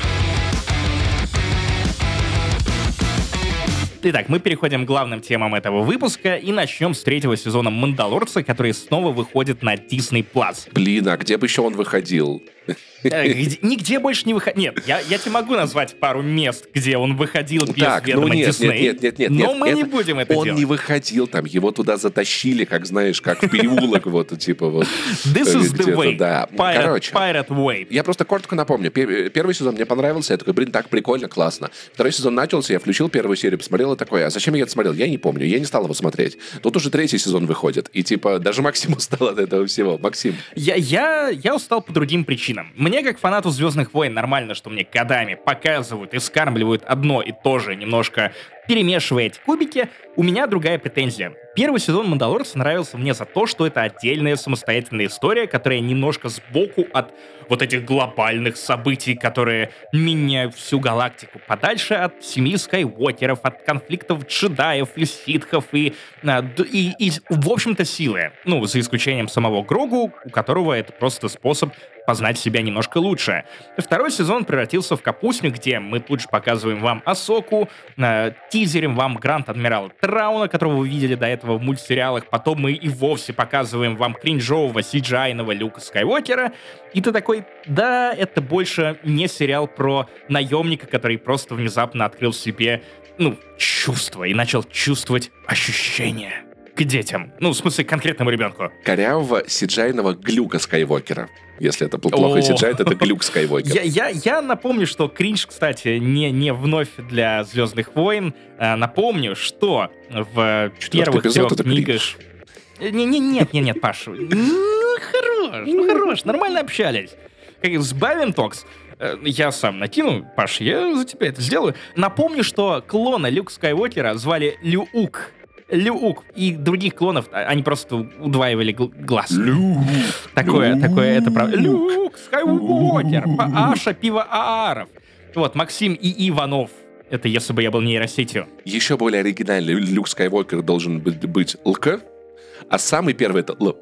Итак, мы переходим к главным темам этого выпуска и начнем с 3-го сезона «Мандалорца», который снова выходит на Disney+. Блин, а где бы еще он выходил? Нигде больше не выходил. Нет, я тебе могу назвать пару мест, где он выходил без ведома Дисней. Нет. Но мы не будем это делать. Он не выходил там, его туда затащили, как знаешь, как в переулок, вот, типа вот. This is the way. Да. Pirate way. Я просто коротко напомню. Первый сезон мне понравился, я такой, блин, так прикольно, классно. Второй сезон начался, я включил первую серию, посмотрел и такой, а зачем я это смотрел? Я не помню, я не стал его смотреть. Тут уже 3-й сезон выходит, и типа даже Максим устал от этого всего. Максим. Я устал по другим причинам. Мне, как фанату «Звездных войн», нормально, что мне годами показывают и скармливают одно и то же, немножко перемешивая эти кубики. У меня другая претензия. Первый сезон «Мандалорца» нравился мне за то, что это отдельная самостоятельная история, которая немножко сбоку от вот этих глобальных событий, которые меняют всю галактику, подальше от семьи Скайуокеров, от конфликтов джедаев и ситхов и в общем-то, силы. Ну, за исключением самого Грогу, у которого это просто способ познать себя немножко лучше. Второй сезон превратился в капустню, где мы тут же показываем вам Асоку, тизерим вам Гранд-Адмирала Трауна, которого вы видели до этого в мультсериалах, потом мы и вовсе показываем вам кринжового CGI-ного Люка Скайуокера, и ты такой, да, это больше не сериал про наемника, который просто внезапно открыл в себе, чувства и начал чувствовать ощущения к детям. В смысле, к конкретному ребенку. Корявого CGI-ного Глюка Скайуокера. Если это плохо CGI, это Люк Скайуокер. Я напомню, что кринж, кстати, не вновь для «Звездных войн». Напомню, что в первых 3 книгах... Нет, Паша. Хорош, нормально общались. Сбавим токс. Я сам накину, Паш, я за тебя это сделаю. Напомню, что клона Люка Скайуокера звали Люук. И других клонов, они просто удваивали глаз. Такое, это правда. Люк Скайуокер, Аша Пива Ааров. Вот, Максим и Иванов. Это если бы я был нейросетью. Еще более оригинальный Люк Скайуокер должен быть ЛК, а самый первый это Л.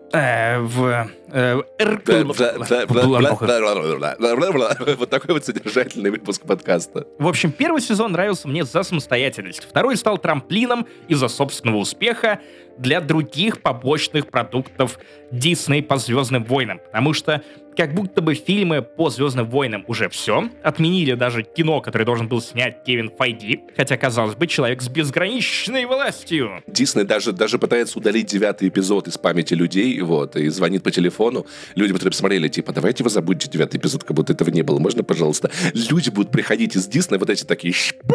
Вот такой вот содержательный выпуск подкаста. В общем, первый сезон нравился мне за самостоятельность. Второй стал трамплином из-за собственного успеха для других побочных продуктов Disney по «Звездным войнам». Потому что как будто бы фильмы по «Звездным войнам» уже все. Отменили даже кино, которое должен был снять Кевин Файги. Хотя, казалось бы, человек с безграничной властью. Дисней даже пытается удалить 9-й эпизод из памяти людей, вот, и звонит по телефону людям, которые посмотрели, типа, давайте вы забудьте 9-й эпизод, как будто этого не было. Можно, пожалуйста? Люди будут приходить из Дисней, вот эти такие...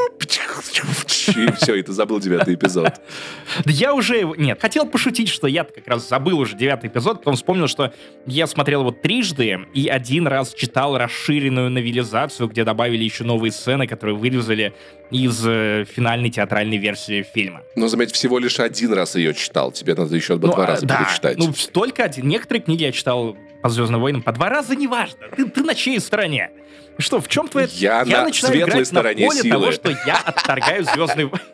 И все, и ты забыл 9-й эпизод. Да я уже... Нет, хотел пошутить, что я как раз забыл уже 9-й эпизод, потом вспомнил, что я смотрел его трижды и один раз читал расширенную новелизацию, где добавили еще новые сцены, которые вырезали из финальной театральной версии фильма. Но, заметь, всего лишь один раз ее читал. Тебе надо еще 2 раза перечитать. Ну, только один. Некоторые книги я читал по «Звездным войнам» по 2 раза, неважно. Ты на чьей стороне? Что, в чем твоя... Я на светлой стороне силы. Того, что я отторгаю «Звездные войны».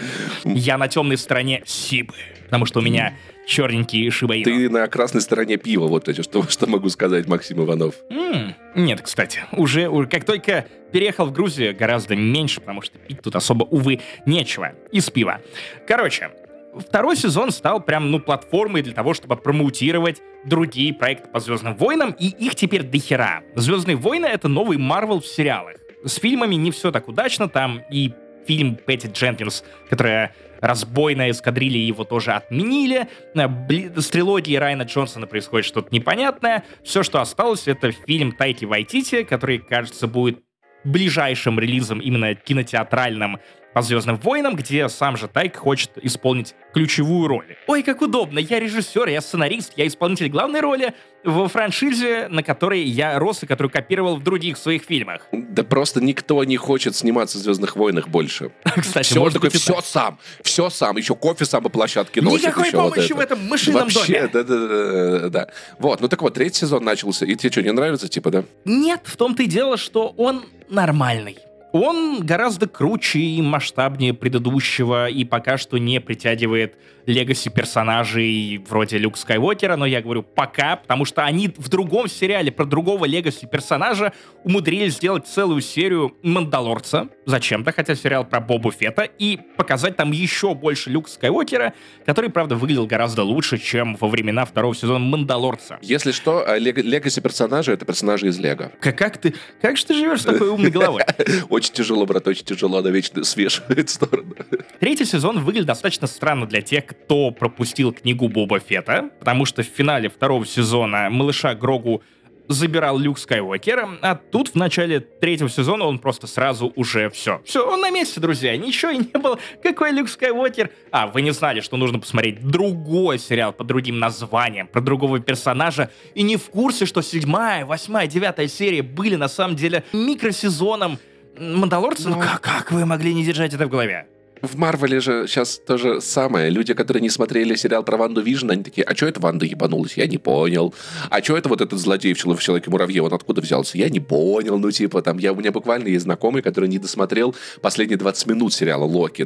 Я на темной стороне Сибы, потому что у меня черненький Шиба Ину. Ты на красной стороне пива, вот это что могу сказать, Максим Иванов. Нет, кстати, уже как только переехал в Грузию, гораздо меньше, потому что пить тут особо, увы, нечего. Из пива. Короче, второй сезон стал прям, платформой для того, чтобы промоутировать другие проекты по «Звездным войнам», и их теперь дохера. «Звездные войны» — это новый Марвел в сериалах. С фильмами не все так удачно, там и фильм Пэтти Дженкинс, которая «Разбойная эскадрилья», его тоже отменили. С трилогией Райана Джонсона происходит что-то непонятное. Все, что осталось, это фильм Тайки Вайтити, который, кажется, будет ближайшим релизом именно кинотеатральным по «Звездным войнам», где сам же Тайк хочет исполнить ключевую роль. Ой, как удобно, я режиссер, я сценарист, я исполнитель главной роли в франшизе, на которой я рос и которую копировал в других своих фильмах. Да просто никто не хочет сниматься в «Звездных войнах» больше. Кстати, все, может такой, быть, все сам, еще кофе сам по площадке носит. Никакой помощи в этом мышином доме. Да. Вот, так вот, 3-й сезон начался, и тебе что, не нравится, типа, да? Нет, в том-то и дело, что он нормальный. Он гораздо круче и масштабнее предыдущего, и пока что не притягивает легаси персонажей вроде Люка Скайуокера, но я говорю пока, потому что они в другом сериале про другого легаси персонажа умудрились сделать целую серию «Мандалорца», зачем-то, хотя сериал про Бобу Фетта, и показать там еще больше Люка Скайуокера, который, правда, выглядел гораздо лучше, чем во времена второго сезона «Мандалорца». Если что, легаси персонажа — это персонажи из Лего. Как же ты живешь с такой умной головой? Очень тяжело, брат, очень тяжело, она вечно свешивает в сторону. 3-й сезон выглядит достаточно странно для тех, кто пропустил книгу Боба Фетта, потому что в финале 2-го сезона малыша Грогу забирал Люк Скайуокер, а тут в начале 3-го сезона он просто сразу уже все, он на месте, друзья, ничего и не было. Какой Люк Скайуокер? Вы не знали, что нужно посмотреть другой сериал под другим названием, про другого персонажа, и не в курсе, что 7-я, 8-я, 9-я серия были на самом деле микросезоном «Мандалорца»? Как вы могли не держать это в голове? В Марвеле же сейчас то же самое. Люди, которые не смотрели сериал про Ванду Вижн, они такие, а что это Ванда ебанулась? Я не понял. А что это вот этот злодей в «Человеке-муравье», он откуда взялся? Я не понял. У меня буквально есть знакомый, который не досмотрел последние 20 минут сериала «Локи».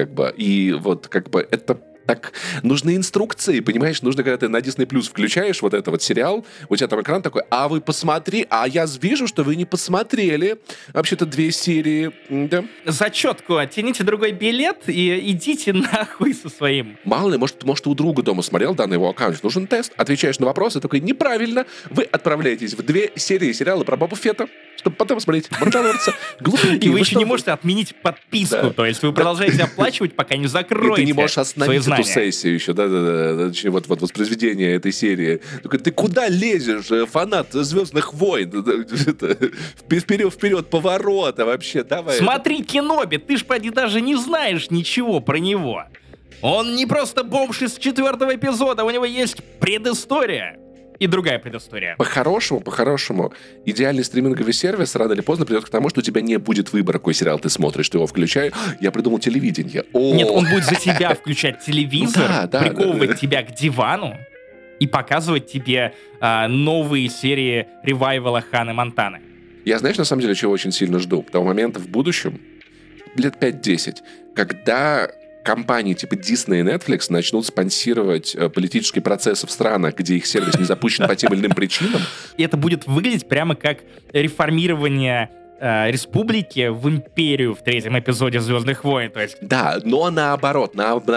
И вот это... Так, нужны инструкции, понимаешь? Нужно, когда ты на Disney Plus включаешь вот этот вот сериал, у тебя там экран такой, вы посмотри, я вижу, что вы не посмотрели. Вообще-то 2 серии, да? Зачетку, оттяните другой билет и идите нахуй со своим. Мало ли, может, ты у друга дома смотрел, на его аккаунте нужен тест, отвечаешь на вопросы, такой, неправильно, вы отправляетесь в 2 серии сериала про Боба Фетта. чтобы потом смотреть «Мандалорца». Глупенькие. И вы еще не можете отменить подписку, то есть вы продолжаете оплачивать, пока не закроете. И ты не можешь остановить эту сессию еще, да, вот воспроизведение этой серии. Ты куда лезешь, фанат «Звездных войн»? Вперед поворота вообще, давай. Смотри, Кеноби, ты ж поди даже не знаешь ничего про него. Он не просто бомж из 4-го эпизода, у него есть предыстория. И другая предыстория. По-хорошему, идеальный стриминговый сервис рано или поздно придет к тому, что у тебя не будет выбора, какой сериал ты смотришь. Ты его включаешь. Я придумал телевидение. Нет, он будет за тебя включать телевизор, приковывать тебя к дивану и показывать тебе новые серии ревайвала Ханны Монтаны. Я, знаешь, на самом деле, чего очень сильно жду? Того момента в будущем, лет 5-10, когда компании типа Disney и Netflix начнут спонсировать политические процессы в странах, где их сервис не запущен по тем или иным причинам. И это будет выглядеть прямо как реформирование республики в империю в 3-м эпизоде «Звездных войн». То есть... Да, но наоборот.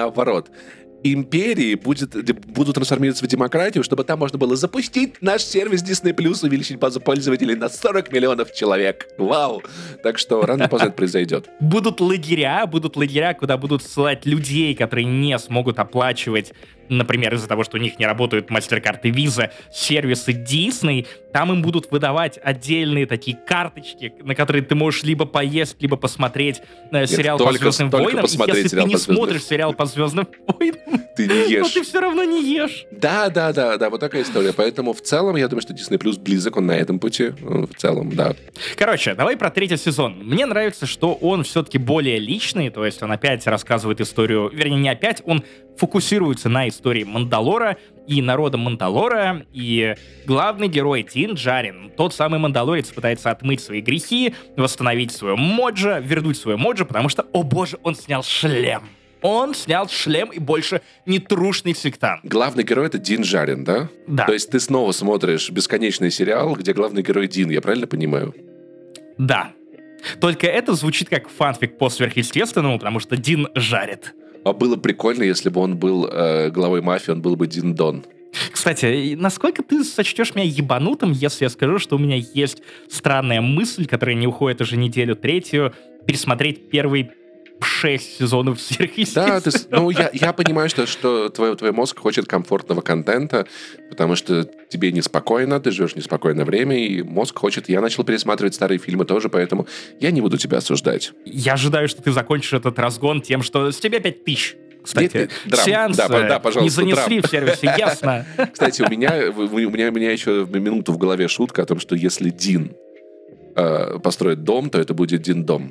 Империи будут трансформироваться в демократию, чтобы там можно было запустить наш сервис Disney+, увеличить базу пользователей на 40 миллионов человек. Вау! Так что рано или поздно это произойдет. Будут лагеря, куда будут ссылать людей, которые не смогут оплачивать, например, из-за того, что у них не работают MasterCard и Visa, сервисы Disney. Там им будут выдавать отдельные такие карточки, на которые ты можешь либо поесть, либо посмотреть сериал по «Звездным войнам». И если ты не смотришь сериал по «Звездным войнам», ты не ешь. Но ты все равно не ешь. Да, вот такая история. Поэтому в целом, я думаю, что Disney Plus близок, он на этом пути. В целом, да. Короче, давай про 3-й сезон. Мне нравится, что он все-таки более личный, то есть он опять рассказывает историю, вернее, не опять, он фокусируется на истории Мандалора и народа Мандалора, и главный герой Дин Джарин, тот самый мандалорец, пытается отмыть свои грехи, восстановить свое моджо, вернуть свое моджо, потому что, о боже, он снял шлем. Он снял шлем и больше не трушный сектант. Главный герой — это Дин Джарин, да? Да. То есть ты снова смотришь бесконечный сериал, где главный герой Дин, я правильно понимаю? Да. Только это звучит как фанфик по сверхъестественному, потому что Дин жарит. А было прикольно, если бы он был главой мафии, он был бы Дин Дон. Кстати, насколько ты сочтешь меня ебанутым, если я скажу, что у меня есть странная мысль, которая не уходит уже неделю третью, пересмотреть первый 6 сезонов сверхъестественного. Да, я понимаю, что твой мозг хочет комфортного контента, потому что тебе неспокойно, ты живешь в неспокойное время, и мозг хочет... Я начал пересматривать старые фильмы тоже, поэтому я не буду тебя осуждать. Я ожидаю, что ты закончишь этот разгон тем, что с тебя 5000. Кстати, сеанс не занесли в сервисе, ясно. Кстати, у меня еще минуту в голове шутка о том, что если Дин построит дом, то это будет Дин-дом.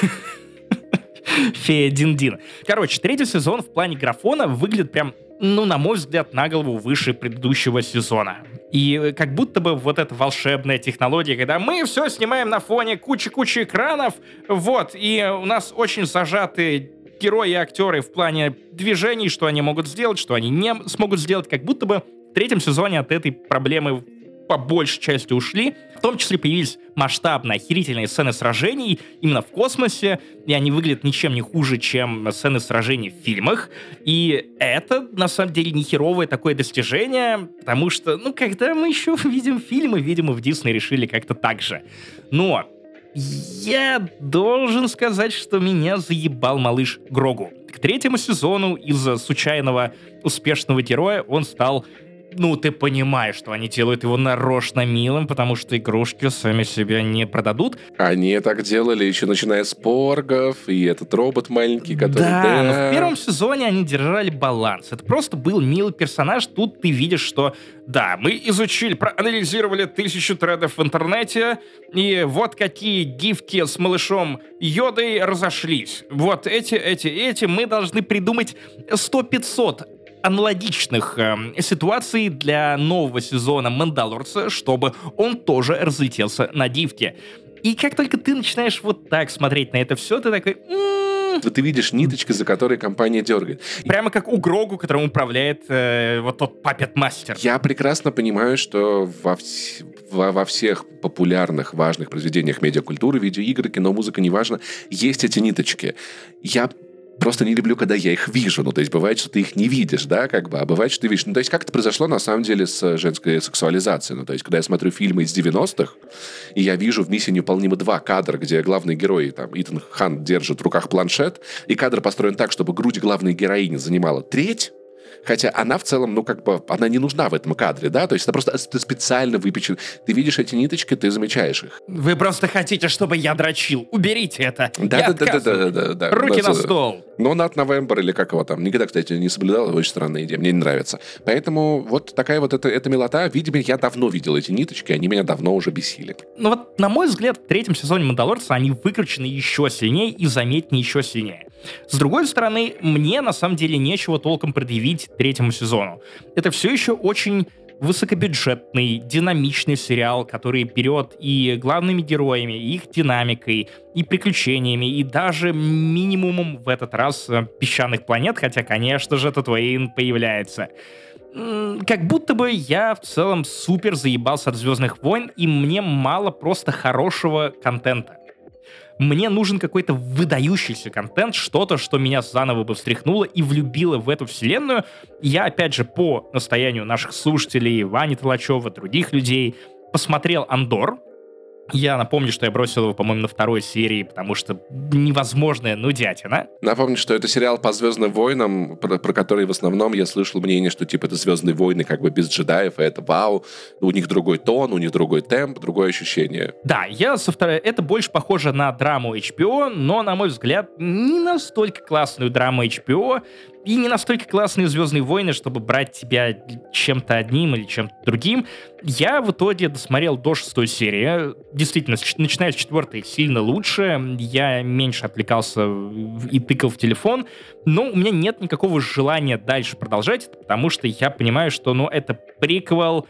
Фея Дин-Дин. Короче, 3-й сезон в плане графона выглядит прям, на мой взгляд, на голову выше предыдущего сезона. И как будто бы вот эта волшебная технология, когда мы все снимаем на фоне кучи-кучи экранов, вот, и у нас очень зажаты герои и актеры в плане движений, что они могут сделать, что они не смогут сделать, как будто бы в 3-м сезоне от этой проблемы по большей части ушли. В том числе появились масштабные, охерительные сцены сражений именно в космосе, и они выглядят ничем не хуже, чем сцены сражений в фильмах. И это, на самом деле, не херовое такое достижение, потому что, когда мы еще видим фильмы, видимо, в Дисней решили как-то так же. Но я должен сказать, что меня заебал малыш Грогу. К 3-му сезону из-за случайного успешного героя он стал... ты понимаешь, что они делают его нарочно милым, потому что игрушки сами себя не продадут. Они так делали еще начиная с поргов, и этот робот маленький, который... Да, но в 1-м сезоне они держали баланс. Это просто был милый персонаж. Тут ты видишь, что да, мы изучили, проанализировали 1000 тредов в интернете, и вот какие гифки с малышом Йодой разошлись. Вот эти, мы должны придумать 100-500 аналогичных ситуаций для нового сезона «Мандалорца», чтобы он тоже разлетелся на дивке. И как только ты начинаешь вот так смотреть на это все, ты такой... Ты видишь ниточки, за которые компания дергает. Прямо как у Грогу, которым управляет вот тот паппет-мастер. Я прекрасно понимаю, что во всех популярных, важных произведениях медиакультуры, видеоигры, кино, музыка, неважно, есть эти ниточки. Я просто не люблю, когда я их вижу. Ну, то есть бывает, что ты их не видишь, да, как бы, а бывает, что ты видишь. Ну, то есть как это произошло, на самом деле, с женской сексуализацией. Ну, то есть когда я смотрю фильмы из 90-х, и я вижу в «Миссии невыполнима 2» кадр, где главный герой, там, Итан Хант держит в руках планшет, и кадр построен так, чтобы грудь главной героини занимала треть, хотя она в целом, ну, как бы, она не нужна в этом кадре, да? То есть это просто специально выпечен. Ты видишь эти ниточки, ты замечаешь их. Вы просто хотите, чтобы я дрочил. Уберите это. Да. Руки на стол. Но Not November, или как его там, никогда, кстати, не соблюдал, очень странная идея, мне не нравится. Поэтому вот такая вот эта милота, видимо, я давно видел эти ниточки, они меня давно уже бесили. Ну вот, на мой взгляд, в третьем сезоне «Мандалорца» они выкручены еще сильнее и заметнее еще сильнее. С другой стороны, мне на самом деле нечего толком предъявить третьему сезону. Это все еще очень высокобюджетный, динамичный сериал, который берет и главными героями, и их динамикой, и приключениями, и даже минимумом в этот раз песчаных планет, хотя, конечно же, Татуэйн появляется. Как будто бы я в целом супер заебался от «Звездных войн», и мне мало просто хорошего контента. Мне нужен какой-то выдающийся контент, что-то, что меня заново бы встряхнуло и влюбило в эту вселенную. Я, опять же, по настоянию наших слушателей, Вани Толачева, других людей, посмотрел «Андор». Я напомню, что я бросил его, по-моему, на второй серии, потому что невозможная нудятина. Напомню, что это сериал по «Звездным войнам», про который в основном я слышал мнение, что типа это «Звездные войны» как бы без джедаев, и это вау, у них другой тон, у них другой темп, другое ощущение. Да, это больше похоже на драму HBO, но, на мой взгляд, не настолько классную драму HBO, и не настолько классные «Звездные войны», чтобы брать тебя чем-то одним или чем-то другим. Я в итоге досмотрел до 6 серии. Действительно, начиная с 4 сильно лучше. Я меньше отвлекался и тыкал в телефон. Но у меня нет никакого желания дальше продолжать это, потому что я понимаю, что это приквела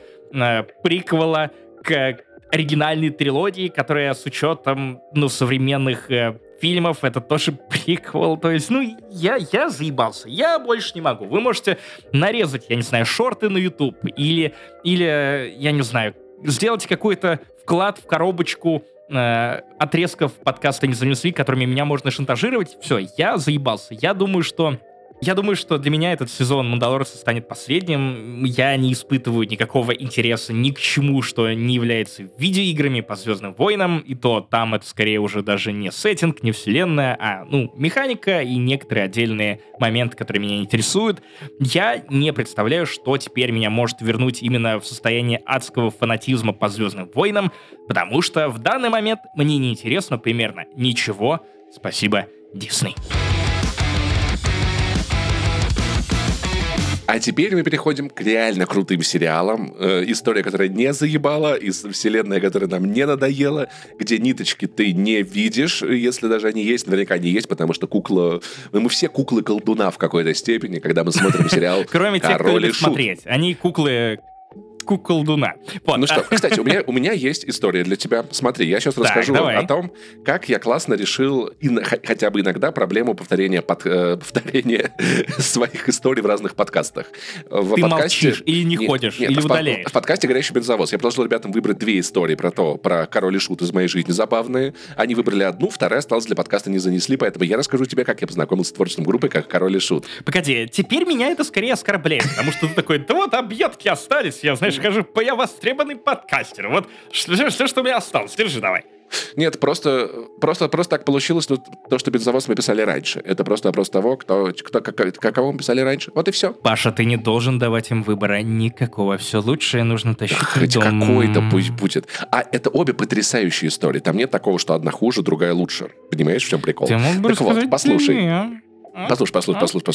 к оригинальной трилогии, которая с учетом современных фильмов, это тоже приквел, то есть, я заебался, я больше не могу. Вы можете нарезать, я не знаю, шорты на YouTube, или я не знаю, сделать какой-то вклад в коробочку отрезков подкаста «Не занесли», которыми меня можно шантажировать. Все, я заебался. Я думаю, что для меня этот сезон «Мандалорца» станет последним. Я не испытываю никакого интереса ни к чему, что не является видеоиграми по «Звездным войнам», и то там это скорее уже даже не сеттинг, не вселенная, а, механика и некоторые отдельные моменты, которые меня интересуют. Я не представляю, что теперь меня может вернуть именно в состояние адского фанатизма по «Звездным войнам», потому что в данный момент мне не интересно примерно ничего. Спасибо, Дисней. А теперь мы переходим к реально крутым сериалам. История, которая не заебала, из вселенная, которая нам не надоела, где ниточки ты не видишь, если даже они есть, наверняка они есть, потому что мы все куклы колдуна в какой-то степени, когда мы смотрим сериал «Кроме тех, кто любит смотреть. Они куклы колдуна. Вот. Ну что, кстати, у меня есть история для тебя. Смотри, я сейчас расскажу о том, как я классно решил хотя бы иногда проблему повторения своих историй в разных подкастах. Ты молчишь или не ходишь, или удаляешь? В подкасте «Горящий бензовоз» я предложил ребятам выбрать 2 истории про Король и Шут из моей жизни забавные. Они выбрали одну, вторая осталась для подкаста «Не занесли», поэтому я расскажу тебе, как я познакомился с творчеством группы как Король и Шут. Погоди, теперь меня это скорее оскорбляет, потому что ты такой, да вот объедки остались, я, знаешь, я востребованный подкастер. Вот что у меня осталось. Держи давай. Нет, просто так получилось, то, что «Бензовоз» мы писали раньше. Это просто вопрос того, кого мы писали раньше. Вот и все. Паша, ты не должен давать им выбора никакого. Все лучшее нужно тащить хоть в дом. Какой-то пусть будет. А это обе потрясающие истории. Там нет такого, что одна хуже, другая лучше. Понимаешь, в чем прикол? Ты мог бы рассказать послушай. Послушай.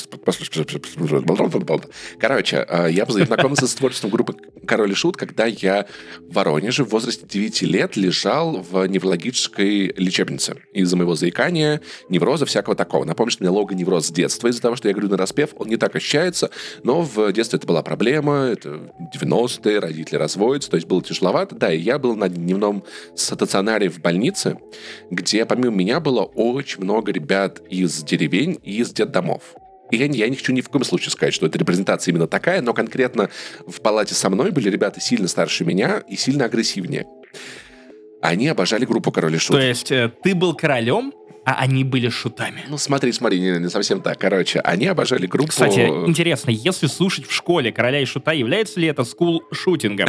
Короче, я познакомился с творчеством группы «Король и Шут», когда я в Воронеже в возрасте 9 лет лежал в неврологической лечебнице. Из-за моего заикания, невроза, всякого такого. Напомню, что у меня логоневроз с детства. Из-за того, что я говорю нараспев, он не так ощущается, но в детстве это была проблема. Это 90-е, родители разводятся, то есть было тяжеловато. Да, и я был на дневном стационаре в больнице, где помимо меня было очень много ребят из деревень и из детдомов. И я не хочу ни в коем случае сказать, что это репрезентация именно такая, но конкретно в палате со мной были ребята сильно старше меня и сильно агрессивнее. Они обожали группу Король и Шут. То есть ты был королем, а они были шутами. Ну, смотри, не совсем так. Короче, они обожали группу... Кстати, интересно, если слушать в школе Короля и Шута, является ли это скул-шутингом?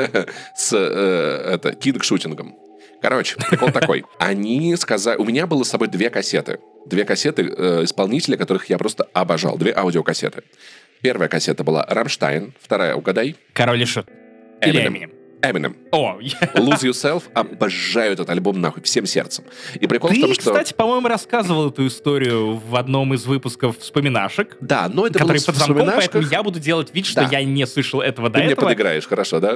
С кинг-шутингом. Короче, прикол такой. Они сказали... У меня было с собой 2 кассеты. 2 кассеты исполнителя, которых я просто обожал. 2 аудиокассеты. Первая кассета была «Рамштайн», вторая, угадай. Король и Шут. Или Эминем. Эминем. О, Lose Yourself, обожаю этот альбом нахуй всем сердцем. И прикол в том, ты, что... кстати, по-моему, рассказывал эту историю в одном из выпусков «Вспоминашек». Да, но это который было под замком, поэтому я буду делать вид, что я не слышал этого до этого. Ты этого. мне подыграешь, хорошо, да?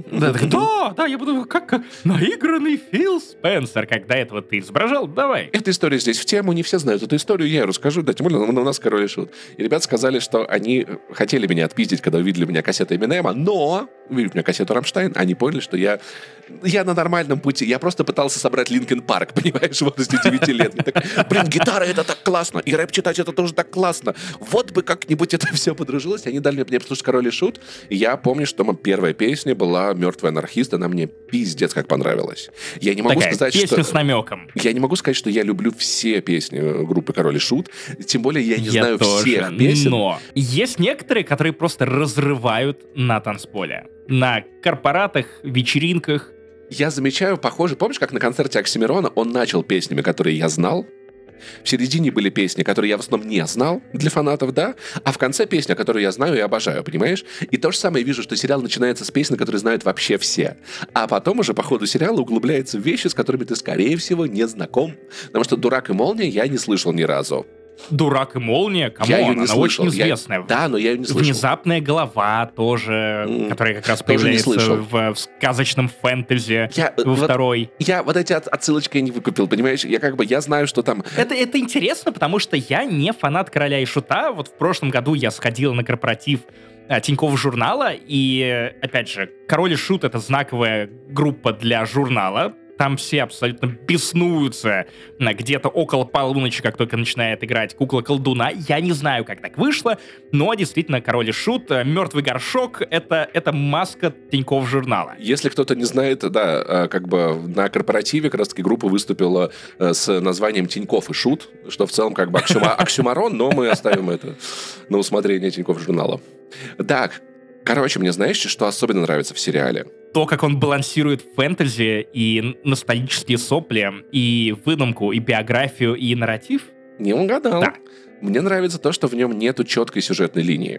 Да, я буду как наигранный Фил Спенсер, как до этого ты изображал, давай. Эта история здесь в тему, не все знают эту историю, я ее расскажу, да, тем более у нас Король и Шут. И ребята сказали, что они хотели меня отпиздить, когда увидели у меня кассету Эминема, но, увидели у меня кассету Рамштайн, они поняли, что я на нормальном пути. Я просто пытался собрать Линкин Парк, понимаешь, в возрасте 9 лет. Блин, гитара — это так классно, и рэп читать — это тоже так классно. Вот бы как-нибудь это все подружилось. Они дали мне послушать Король и Шут, и я помню, что первая песня была «Мертвый анархист», она мне пиздец как понравилась. Я не могу сказать, песня с намеком. Я не могу сказать, что я люблю все песни группы Король и Шут, тем более я не знаю всех песен. Но есть некоторые, которые просто разрывают на танцполе. На корпоратах, вечеринках. Я замечаю, похоже, помнишь, как на концерте Оксимирона он начал песнями, которые я знал? В середине были песни, которые я в основном не знал, для фанатов, да? А в конце песня, которую я знаю и обожаю, понимаешь? И то же самое вижу, что сериал начинается с песен, которые знают вообще все. А потом уже по ходу сериала углубляется в вещи, с которыми ты, скорее всего, не знаком. Потому что «Дурак и молния» я не слышал ни разу. «Дурак и молния», камон, она слышал. очень известная. Да, но я ее не слышал. «Внезапная голова» тоже, которая как раз появляется в сказочном фэнтези во второй. Я вот эти отсылочки не выкупил, понимаешь? Я знаю, что там... Это интересно, потому что я не фанат Короля и Шута. Вот в прошлом году я сходил на корпоратив Тинькофф журнала, и, опять же, Король и Шут — это знаковая группа для журнала. Там все абсолютно беснуются где-то около полуночи, как только начинает играть кукла-колдуна. Я не знаю, как так вышло, но действительно Король и Шут, «Мертвый горшок» — это маска Тинькофф журнала. Если кто-то не знает, да, как бы на корпоративе как раз-таки группа выступила с названием «Тинькофф и Шут», что в целом как бы оксюмарон, но мы оставим это на усмотрение Тинькофф журнала. Да, короче, мне знаешь, что особенно нравится в сериале? То, как он балансирует фэнтези и ностальгические сопли, и выдумку, и биографию, и нарратив. Не угадал. Да. Мне нравится то, что в нем нету четкой сюжетной линии.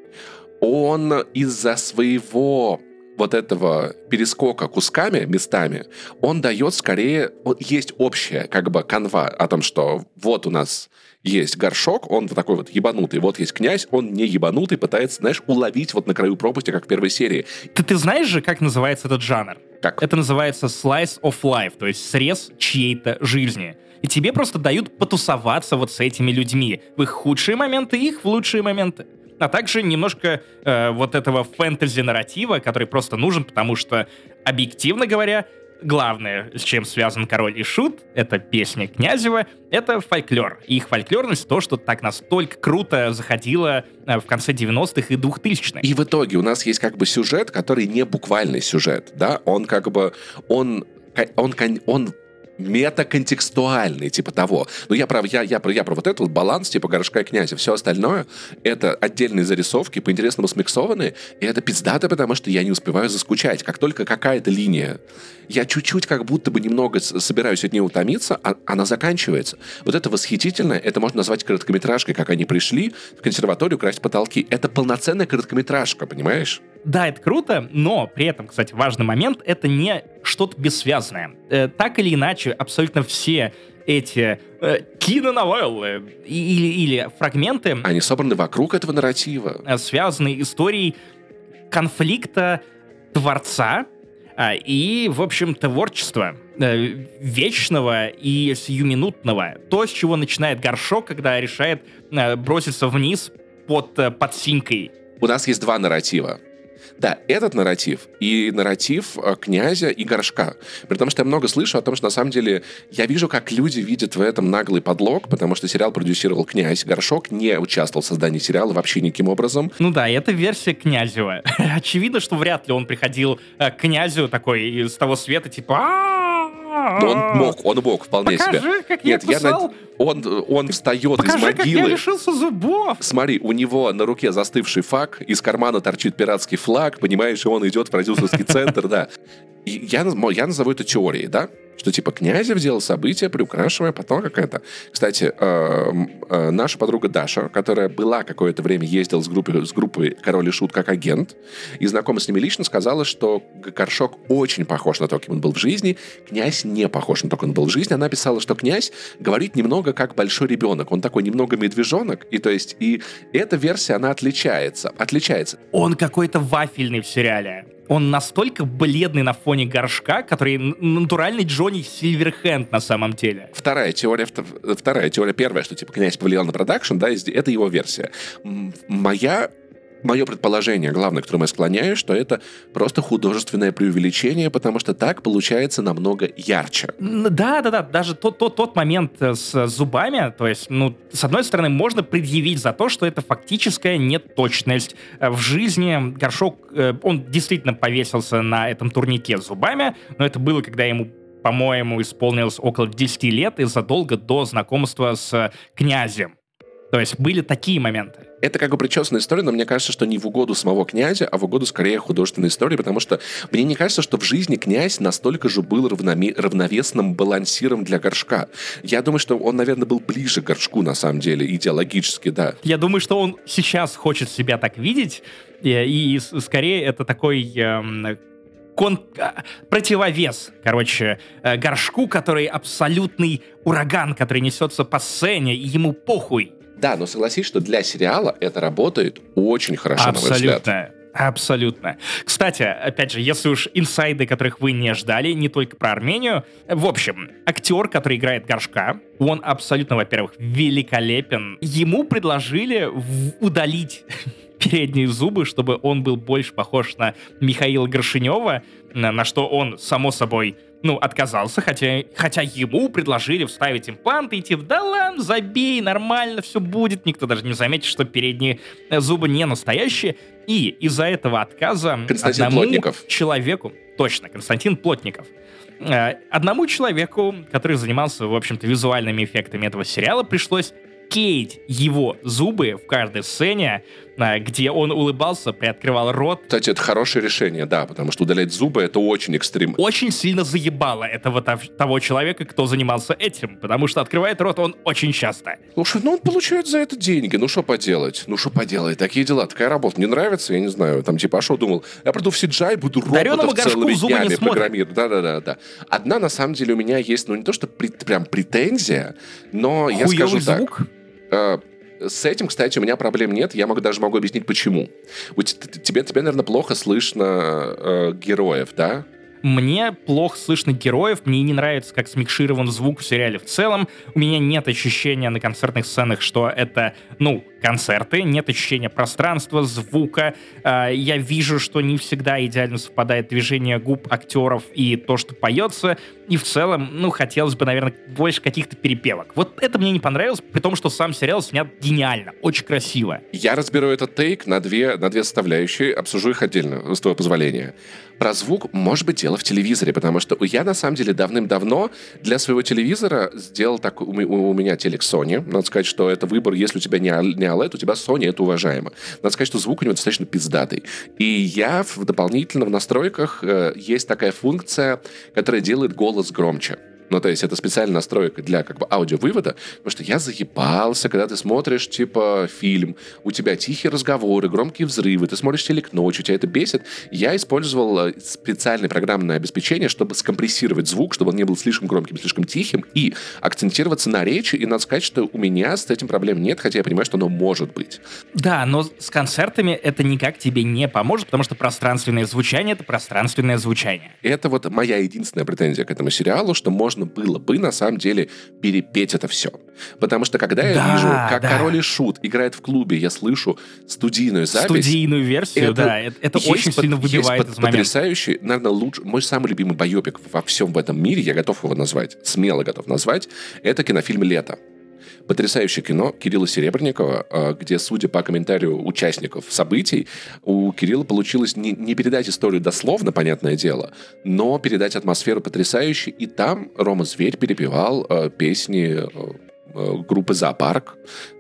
Он из-за своего вот этого перескока кусками, местами, он дает скорее... Есть общая как бы канва о том, что вот у нас есть горшок, он вот такой вот ебанутый, вот есть князь, он не ебанутый, пытается, знаешь, уловить вот на краю пропасти, как в первой серии. Ты знаешь же, как называется этот жанр? Как? Это называется slice of life, то есть срез чьей-то жизни. И тебе просто дают потусоваться вот с этими людьми в их худшие моменты и их в лучшие моменты. А также немножко вот этого фэнтези-нарратива, который просто нужен, потому что, объективно говоря, главное, с чем связан Король и Шут, это песня Князева, это фольклор. И их фольклорность — то, что так настолько круто заходило в конце 90-х и 2000-х. И в итоге у нас есть как бы сюжет, который не буквальный сюжет, да? Он как бы... Он метаконтекстуальный, типа того. Но я про вот этот вот баланс, типа горшка и князя. Все остальное — это отдельные зарисовки, по-интересному смиксованные, и это пиздато, потому что я не успеваю заскучать. Как только какая-то линия, я чуть-чуть как будто бы немного собираюсь от нее утомиться, она заканчивается. Вот это восхитительно, это можно назвать короткометражкой, как они пришли в консерваторию красть потолки. Это полноценная короткометражка, понимаешь? Да, это круто, но при этом, кстати, важный момент — это не что-то бессвязное. Так или иначе, абсолютно все эти киноновеллы или фрагменты... Они собраны вокруг этого нарратива. Связаны историей конфликта творца и, в общем, творчества вечного и сиюминутного. То, с чего начинает горшок, когда решает броситься вниз под синькой. У нас есть два нарратива. Да, этот нарратив и нарратив князя и горшка. Потому что я много слышу о том, что на самом деле я вижу, как люди видят в этом наглый подлог, потому что сериал продюсировал князь. Горшок не участвовал в создании сериала вообще никаким образом. Ну да, это версия Князева. Очевидно, что вряд ли он приходил к князю такой из того света, типа... Но он мог вполне себе. Покажи, как я кусал. Он встает из Покажи, могилы. как я лишился зубов. Смотри, у него на руке застывший фак, из кармана торчит пиратский флаг, понимаешь, и он идет в продюсерский центр, да. И я назову это теорией, да? Что типа Князев делал события, приукрашивая потом какая-то... Кстати, наша подруга Даша, которая была какое-то время, ездила с группой «Король и Шут» как агент, и знакома с ними лично, сказала, что Горшок очень похож на то, кем он был в жизни, Князь не похож на то, как он был в жизни. Она писала, что Князь говорит немного как большой ребенок, он такой немного медвежонок, и то есть и эта версия, она отличается. Он какой-то вафельный в сериале. Он настолько бледный на фоне Горшка, который натуральный Джонни Сильверхенд на самом деле. Вторая теория, первая, что типа Князь повлиял на продакшн, да, это его версия. Мое предположение, главное, к которому я склоняюсь, что это просто художественное преувеличение, потому что так получается намного ярче. Да, даже тот момент с зубами, то есть, с одной стороны, можно предъявить за то, что это фактическая неточность. В жизни Горшок, он действительно повесился на этом турнике с зубами, но это было, когда ему, по-моему, исполнилось около 10 лет и задолго до знакомства с князем. То есть были такие моменты. Это как бы причесанная история, но мне кажется, что не в угоду самого князя, а в угоду скорее художественной истории, потому что мне не кажется, что в жизни князь настолько же был равновесным балансиром для Горшка. Я думаю, что он, наверное, был ближе к Горшку, на самом деле, идеологически, да. Я думаю, что он сейчас хочет себя так видеть, и скорее это такой... противовес, Горшку, который абсолютный ураган, который несется по сцене, и ему похуй. Да, но согласись, что для сериала это работает очень хорошо, на мой взгляд. Абсолютно. Кстати, опять же, если уж инсайды, которых вы не ждали, не только про Армению. В общем, актер, который играет Горшка, он абсолютно, во-первых, великолепен. Ему предложили удалить передние зубы, чтобы он был больше похож на Михаила Горшинева, на что он, само собой, отказался, хотя ему предложили вставить импланты и типа, да ладно, забей, нормально все будет, никто даже не заметит, что передние зубы не настоящие. И из-за этого отказа человеку, точно, Константин Плотников, одному человеку, который занимался, в общем-то, визуальными эффектами этого сериала, пришлось кейть его зубы в каждой сцене, где он улыбался, приоткрывал рот. Кстати, это хорошее решение, да, потому что удалять зубы — это очень экстрим. Очень сильно заебало этого того человека, кто занимался этим, потому что открывает рот он очень часто. Слушай, он получает за это деньги, что поделать? Такие дела, такая работа. Мне нравится, я не знаю, что думал? Я приду в CGI, буду роботов целыми днями программировать. Да. Одна, на самом деле, у меня есть, не то, что прям претензия, но я скажу звук? Так. С этим, кстати, у меня проблем нет. Я могу объяснить, почему. Тебе, наверное, плохо слышно героев, да? Мне плохо слышно героев, мне не нравится, как смикширован звук в сериале в целом. У меня нет ощущения на концертных сценах, что это, концерты, нет ощущения пространства, звука. Я вижу, что не всегда идеально совпадает движение губ актеров и то, что поется. И в целом, хотелось бы, наверное, больше каких-то перепевок. Вот это мне не понравилось, при том, что сам сериал снят гениально, очень красиво. Я разберу этот тейк на две составляющие, обсужу их отдельно, с твоего позволения. Про звук, может быть, дело в телевизоре, потому что я, на самом деле, давным-давно для своего телевизора сделал так, у меня телек Sony. Надо сказать, что это выбор, если у тебя не OLED, у тебя Sony, это уважаемо. Надо сказать, что звук у него достаточно пиздатый. И я дополнительно в настройках есть такая функция, которая делает голос громче. То есть это специальная настройка для аудиовывода, потому что я заебался, когда ты смотришь, фильм, у тебя тихие разговоры, громкие взрывы, ты смотришь телек ночью, тебя это бесит. Я использовал специальное программное обеспечение, чтобы скомпрессировать звук, чтобы он не был слишком громким, слишком тихим, и акцентироваться на речи, и надо сказать, что у меня с этим проблем нет, хотя я понимаю, что оно может быть. Да, но с концертами это никак тебе не поможет, потому что пространственное звучание — это пространственное звучание. Это моя единственная претензия к этому сериалу, что можно можно было бы, на самом деле, перепеть это все. Потому что когда я вижу, как Король и Шут играет в клубе, я слышу студийную запись. Студийную версию, это очень сильно выбивает из момента. Потрясающий, наверное, лучший, мой самый любимый байопик во всем в этом мире, я готов его назвать, смело готов назвать, это кинофильм «Лето». Потрясающее кино Кирилла Серебренникова, где, судя по комментарию участников событий, у Кирилла получилось не передать историю дословно, понятное дело, но передать атмосферу потрясающей. И там Рома Зверь перепевал песни группы «Зоопарк».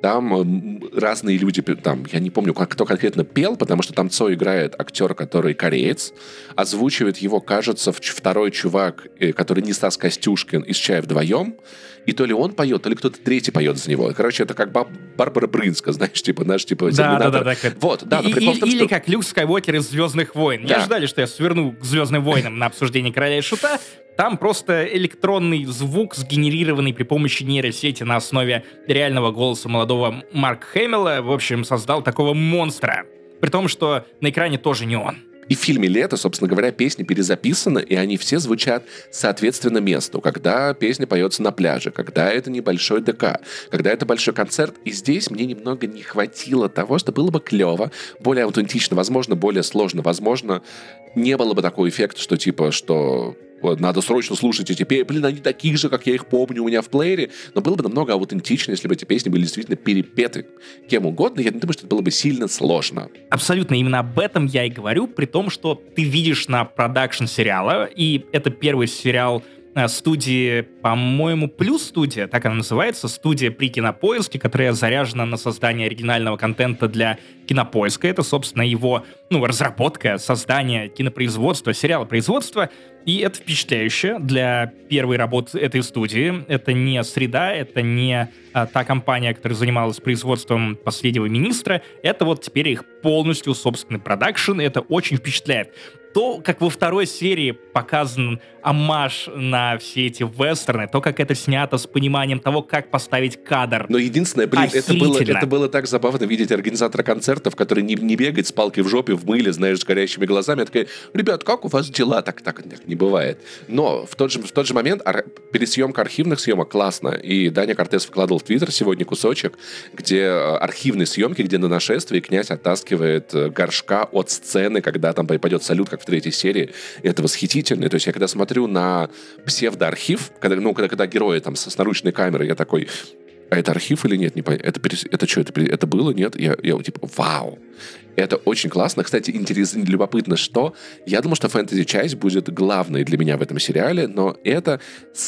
Там разные люди, там, я не помню, кто конкретно пел, потому что там Цой играет актер, который кореец, озвучивает его, кажется, второй чувак, который не Стас Костюшкин, из «Чая вдвоем», и то ли он поет, то ли кто-то третий поет за него. Короче, это как Барбара Брынска, знаешь, типа наш, типа, терминатор. Да. Вот, да, но прикол в том, или как Люк Скайуокер из «Звездных войн». Да. Не ожидали, что я сверну к «Звездным войнам» на обсуждение «Короля и Шута». Там просто электронный звук, сгенерированный при помощи нейросети на основе реального голоса молодого Марка Хэмилла, в общем, создал такого монстра. При том, что на экране тоже не он. И в фильме «Лето», собственно говоря, песни перезаписаны, и они все звучат соответственно месту. Когда песня поется на пляже, когда это небольшой ДК, когда это большой концерт. И здесь мне немного не хватило того, что было бы клево, более аутентично, возможно, более сложно, возможно, не было бы такого эффекта, что типа, что... Вот, надо срочно слушать эти песни. Блин, они такие же, как я их помню у меня в плеере. Но было бы намного аутентичнее, если бы эти песни были действительно перепеты кем угодно. Я не думаю, что это было бы сильно сложно. Абсолютно. Именно об этом я и говорю, при том, что ты видишь на продакшн сериала, и это первый сериал студии, по-моему, Плюс студия, так она называется, студия при Кинопоиске, которая заряжена на создание оригинального контента для Кинопоиска. Это, собственно, его, разработка, создание кинопроизводства, сериала производства. И это впечатляюще для первой работы этой студии. Это не «Среда», это не та компания, которая занималась производством «Последнего министра». Это вот теперь их полностью собственный продакшн, и это очень впечатляет. То, как во второй серии показан оммаж на все эти вестерны, то, как это снято с пониманием того, как поставить кадр. Но единственное, это было так забавно видеть организатора концертов, который не бегает с палкой в жопе, в мыле, знаешь, с горящими глазами. Я такая: ребят, как у вас дела? Так не бывает. Но в тот же момент пересъемка архивных съемок классно. И Даня Кортес вкладывал в Твиттер сегодня кусочек, где архивные съемки, где на нашествии князь оттаскивает горшка от сцены, когда там пойдет салют, как в третьей серии. Это восхитительно. То есть я когда смотрю на псевдоархив, когда герои там с наручной камерой, я такой: а это архив или нет? Не понятно. Это что? Это было? Нет? Я типа, вау. Это очень классно. Кстати, интересно, любопытно, что я думал, что фэнтези-часть будет главной для меня в этом сериале, но это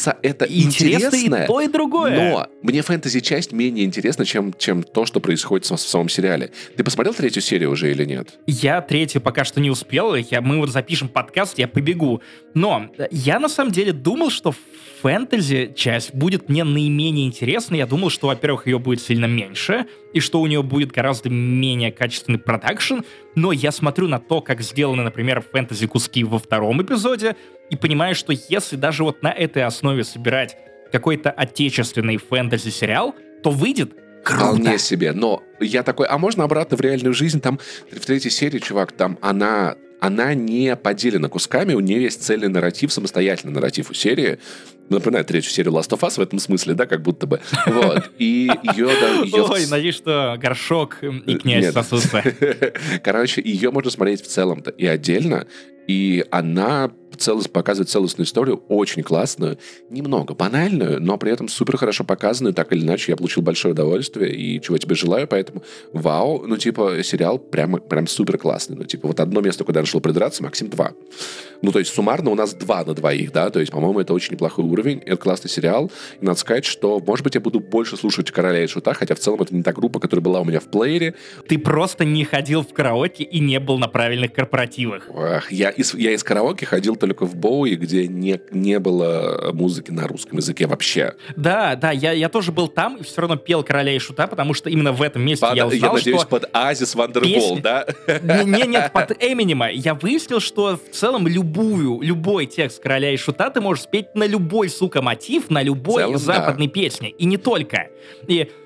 интересно, и то, и другое. Но мне фэнтези-часть менее интересна, чем то, что происходит в самом сериале. Ты посмотрел третью серию уже или нет? Я третью пока что не успел. Мы вот запишем подкаст, я побегу. Но я на самом деле думал, что фэнтези-часть будет мне наименее интересна. Я думал, что, во-первых, ее будет сильно меньше, и что у нее будет гораздо менее качественный продакшн, но я смотрю на то, как сделаны, например, фэнтези-куски во втором эпизоде, и понимаю, что если даже вот на этой основе собирать какой-то отечественный фэнтези-сериал, то выйдет круто. Вполне себе. Но я такой: а можно обратно в реальную жизнь? Там в третьей серии, чувак, там она не поделена кусками, у нее есть цельный нарратив, самостоятельный нарратив у серии. Напоминает третью серию Last of Us в этом смысле, да, как будто бы. Вот. И ее... Ой, надеюсь, что горшок и князь сосутся. Короче, ее можно смотреть в целом-то и отдельно, и она показывает целостную историю, очень классную, немного банальную, но при этом супер хорошо показанную, так или иначе я получил большое удовольствие, и чего тебе желаю, поэтому вау, сериал прям супер классный, вот одно место, куда я начал придраться, Максим 2. То есть суммарно у нас 2 на 2, да, то есть, по-моему, это очень неплохой уровень, это классный сериал, и надо сказать, что, может быть, я буду больше слушать «Короля и Шута», хотя в целом это не та группа, которая была у меня в плеере. Ты просто не ходил в караоке и не был на правильных корпоративах. Я из караоке ходил только в Боуи, где не было музыки на русском языке вообще. Да, я тоже был там и все равно пел «Короля и Шута», потому что именно в этом месте я узнал, я надеюсь, что... под Азис Вандервол, да? Нет, под Эминема. Я выяснил, что в целом любой текст «Короля и Шута» ты можешь спеть на любой, мотив, на любой западной песне. И не только. И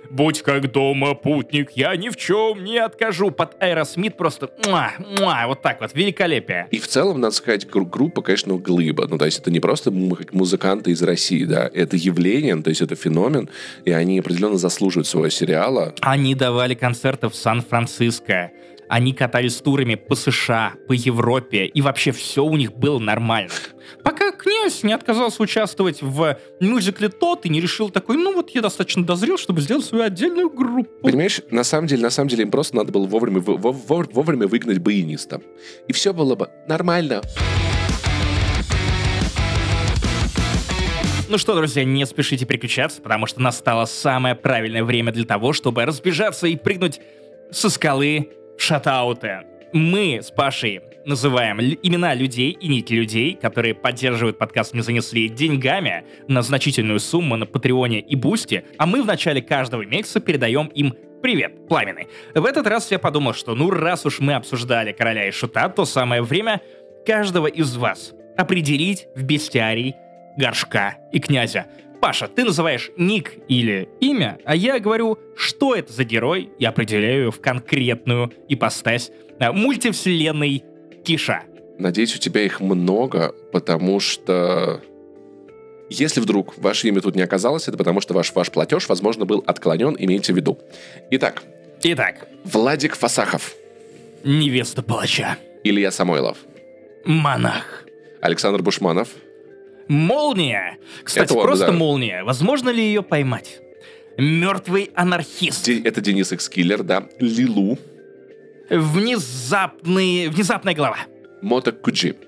Будь как дома, путник, я ни в чем не откажу. Под Аэросмит просто вот так вот, великолепие. И в целом, надо сказать, группа, конечно, глыба. Ну, то есть это не просто музыканты из России, да, это явление, то есть это феномен, и они определенно заслуживают своего сериала. Они давали концерты в Сан-Франциско. Они катались турами по США, по Европе, и вообще все у них было нормально. Пока князь не отказался участвовать в мюзикле «Тот» и не решил такой, ну вот я достаточно дозрел, чтобы сделать свою отдельную группу. Понимаешь, на самом деле им просто надо было вовремя выгнать баяниста. И все было бы нормально. Ну что, друзья, не спешите переключаться, потому что настало самое правильное время для того, чтобы разбежаться и прыгнуть со скалы в шатауты. Мы с Пашей называем имена людей и ники людей, которые поддерживают подкаст «Не занесли» деньгами на значительную сумму на Патреоне и Бусти, а мы в начале каждого месяца передаем им привет, пламенный. В этот раз я подумал, что раз уж мы обсуждали короля и шута, то самое время каждого из вас определить в бестиарий горшка и князя. Паша, ты называешь ник или имя, а я говорю, что это за герой, и определяю в конкретную ипостась мультивселенной Киша. Надеюсь, у тебя их много, потому что... Если вдруг ваше имя тут не оказалось, это потому что ваш платеж, возможно, был отклонен, имейте в виду. Итак. Владик Фасахов. Невеста палача. Илья Самойлов. Монах. Александр Бушманов. Молния. Кстати, это просто да. молния. Возможно ли ее поймать? Мертвый анархист. Это Денис Экскиллер, да. Лилу. Внезапная глава. Мото Куджи.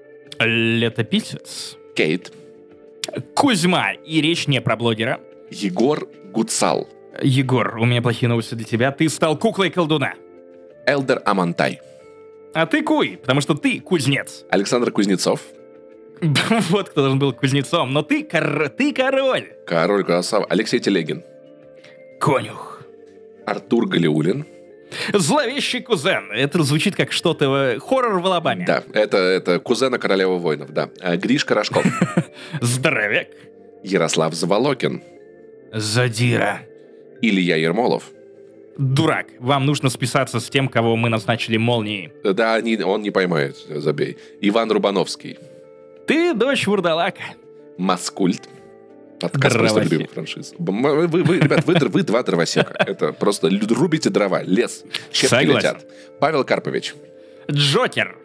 Летописец. Кейт. Кузьма. И речь не про блогера. Егор Гуцал. Егор, у меня плохие новости для тебя. Ты стал куклой колдуна. Элдер Амантай. А ты куй, потому что ты кузнец. Александр Кузнецов. Вот кто должен был кузнецом, но ты король. Король красава. Алексей Телегин. Конюх. Артур Галиулин. Зловещий кузен. Это звучит как что-то хоррор в Алабаме. Да, это кузена королевы воинов, да. Гришка Рожков. Здоровяк. Ярослав Заволокин. Задира. Илья Ермолов. Дурак. Вам нужно списаться с тем, кого мы назначили молнией. Да, он не поймает, забей. Иван Рубановский. Ты дочь вурдалака. Маскульт. Подкаст просто любимых франшиз. Вы, ребят, вы два дровосека. Это просто рубите дрова, лес, щепки летят. Павел Карпович. Джокер.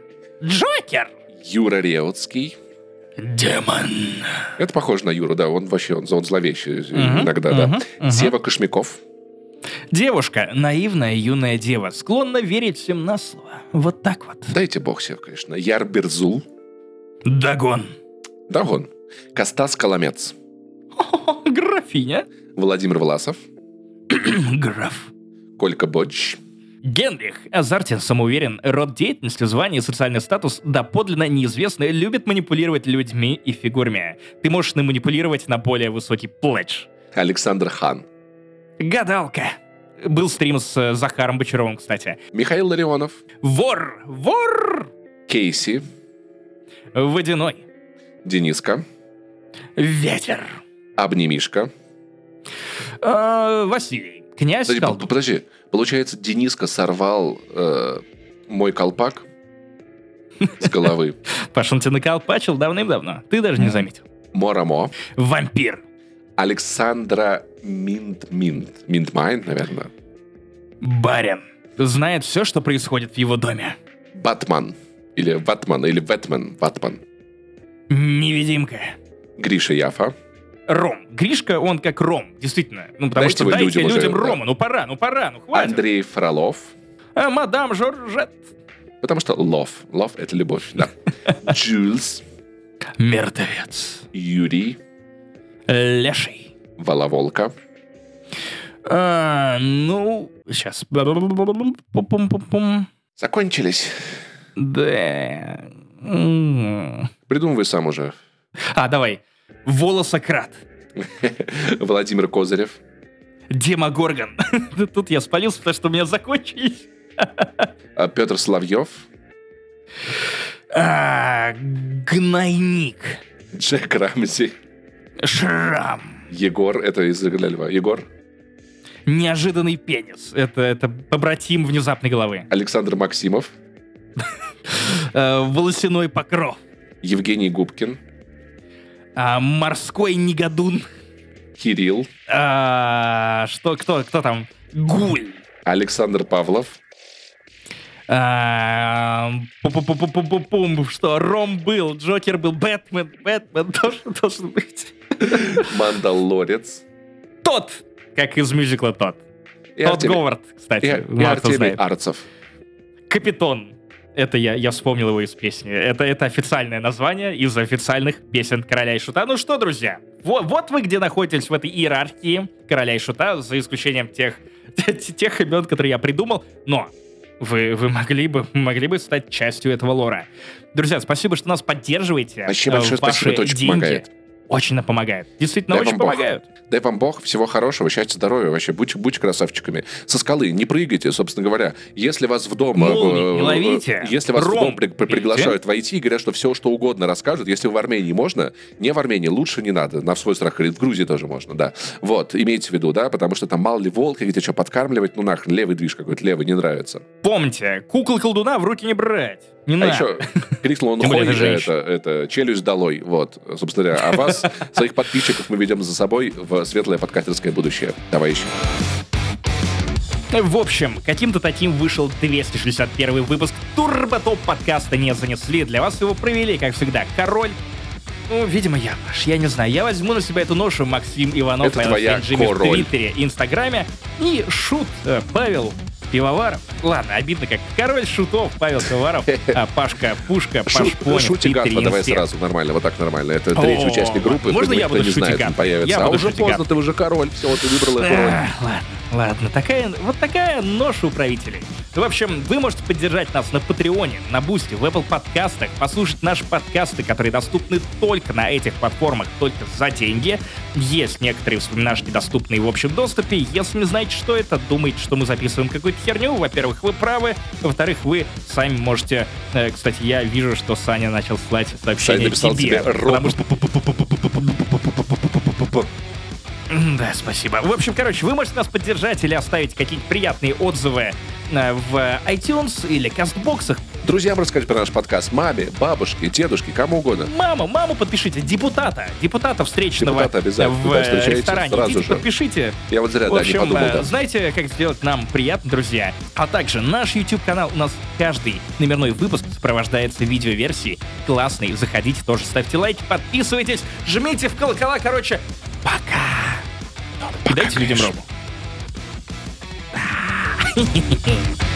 Юра Реутский. Демон. Это похоже на Юру, да, он зловещий иногда, да. Сева Кошмяков. Девушка, наивная юная дева, склонна верить всем на слово. Вот так вот. Дайте бог Сев, конечно. Яр Берзул. Дагон. Костас Коломец. Графиня. Владимир Власов. Граф. Колька Бодж. Генрих. Азартен, самоуверен, род деятельности, звание, социальный статус доподлинно неизвестны, любит манипулировать людьми и фигурами. Ты можешь наманипулировать на более высокий пледж. Александр Хан. Гадалка. Был стрим с Захаром Бочаровым, кстати. Михаил Ларионов. Вор. Кейси. Водяной. Дениска. Ветер. Обнимишка. Василий. Князь колдун. Подожди. Получается, Дениска сорвал мой колпак с головы. Паш, он тебя наколпачил давным-давно. Ты даже не заметил. Морамо. Вампир. Александра Минтмайн, наверное. Барин. Знает все, что происходит в его доме. Батман. Или Ватман, или Вэтмен. Ватман. Невидимка. Гриша Яфа. Ром. Гришка, он как Ром, действительно. Потому дайте что дайте людям уже, Рома. Да. Ну пора, хватит. Андрей Фролов. Мадам Жоржет. Потому что love. Love — это любовь, да. Джулс. Мертвец. Юрий. Леший. Воловолка. Сейчас. Закончились. Да. Придумывай сам уже. Давай. Волосократ. Владимир Козырев. Демогоргон. Тут я спалился, потому что у меня закончились. Петр Соловьев. Гнойник. Джек Рамзи. Шрам. Егор, это из «Игры для льва». Егор. Неожиданный пенис. Это побратим внезапной головы. Александр Максимов. Волосяной покров. Евгений Губкин. Морской негодун. Кирилл. Кто там? Гуль. Александр Павлов. Что? Ром был, Джокер был, Бэтмен тоже должен быть. Мандалорец. Тот, как из мюзикла Тот. Тот Говард, кстати. И Артемий Арцев. Капитон. Это я вспомнил его из песни. Это официальное название из официальных песен Короля и Шута. Ну что, друзья, вот вы где находитесь в этой иерархии Короля и Шута, за исключением тех имен, которые я придумал. Но вы могли бы стать частью этого лора. Друзья, спасибо, что нас поддерживаете. Вообще большое спасибо, это очень деньги помогает. Очень помогает. Действительно, очень помогают. Дай вам Бог всего хорошего, счастья, здоровья. Вообще, будьте красавчиками. Со скалы не прыгайте, собственно говоря. Если вас в дом... не ловите. Если вас в дом приглашают войти и говорят, что все, что угодно расскажут, если в Армении можно, не в Армении, лучше не надо. На свой страх. В Грузии тоже можно, да. Вот, имейте в виду, да, потому что там мало ли волк, где что подкармливать, ну нахрен, левый движ какой-то, левый, не нравится. Помните, кукол-колдуна в руки не брать. Не надо. Еще крикнул он хой, это челюсть долой. Вот, собственно говоря. А вас, своих подписчиков, мы ведем за собой в светлое подкастерское будущее. Товарищи. В общем, каким-то таким вышел 261 выпуск Турботоп подкаста «Не занесли». Для вас его провели, как всегда, Король. Ну, видимо, я, Паш, я не знаю. Я возьму на себя эту ношу. Максим Иванов, это твоя Джимми в Король. Твиттере, Инстаграме. И Шут Павел Пивоваров. Ладно, обидно, как Король Шутов, Павел Пивоваров, Пашка Пушка, Паш Пони. Шутигатва, давай сразу, нормально, вот так нормально. Это третий участник группы. Можно я буду Шутигатва? Появится. А уже поздно, ты уже король. Все, ты выбрал эту роль. Ладно, вот такая ноша у правителей. В общем, вы можете поддержать нас на Патреоне, на Бусти, в Apple подкастах, послушать наши подкасты, которые доступны только на этих платформах, только за деньги. Есть некоторые вспоминашки, доступные в общем доступе. Если не знаете, что это, думаете, что мы записываем какую-то херню, во-первых, вы правы, во-вторых, вы сами можете... Кстати, я вижу, что Саня начал слать сообщение тебе, потому что... Да, спасибо. В общем, вы можете нас поддержать или оставить какие-то приятные отзывы в iTunes или кастбоксах. Друзьям рассказать про наш подкаст. Маме, бабушке, дедушке, кому угодно. Маму подпишите. Депутата встречного обязательно, в ресторане. Идите, подпишите. Я вот зря, в общем, не подумал. Да. Знаете, как сделать нам приятно, друзья? А также наш YouTube-канал. У нас каждый номерной выпуск сопровождается видеоверсией. Классный. Заходите, тоже ставьте лайки, подписывайтесь, жмите в колокола. Пока. И дайте людям робу.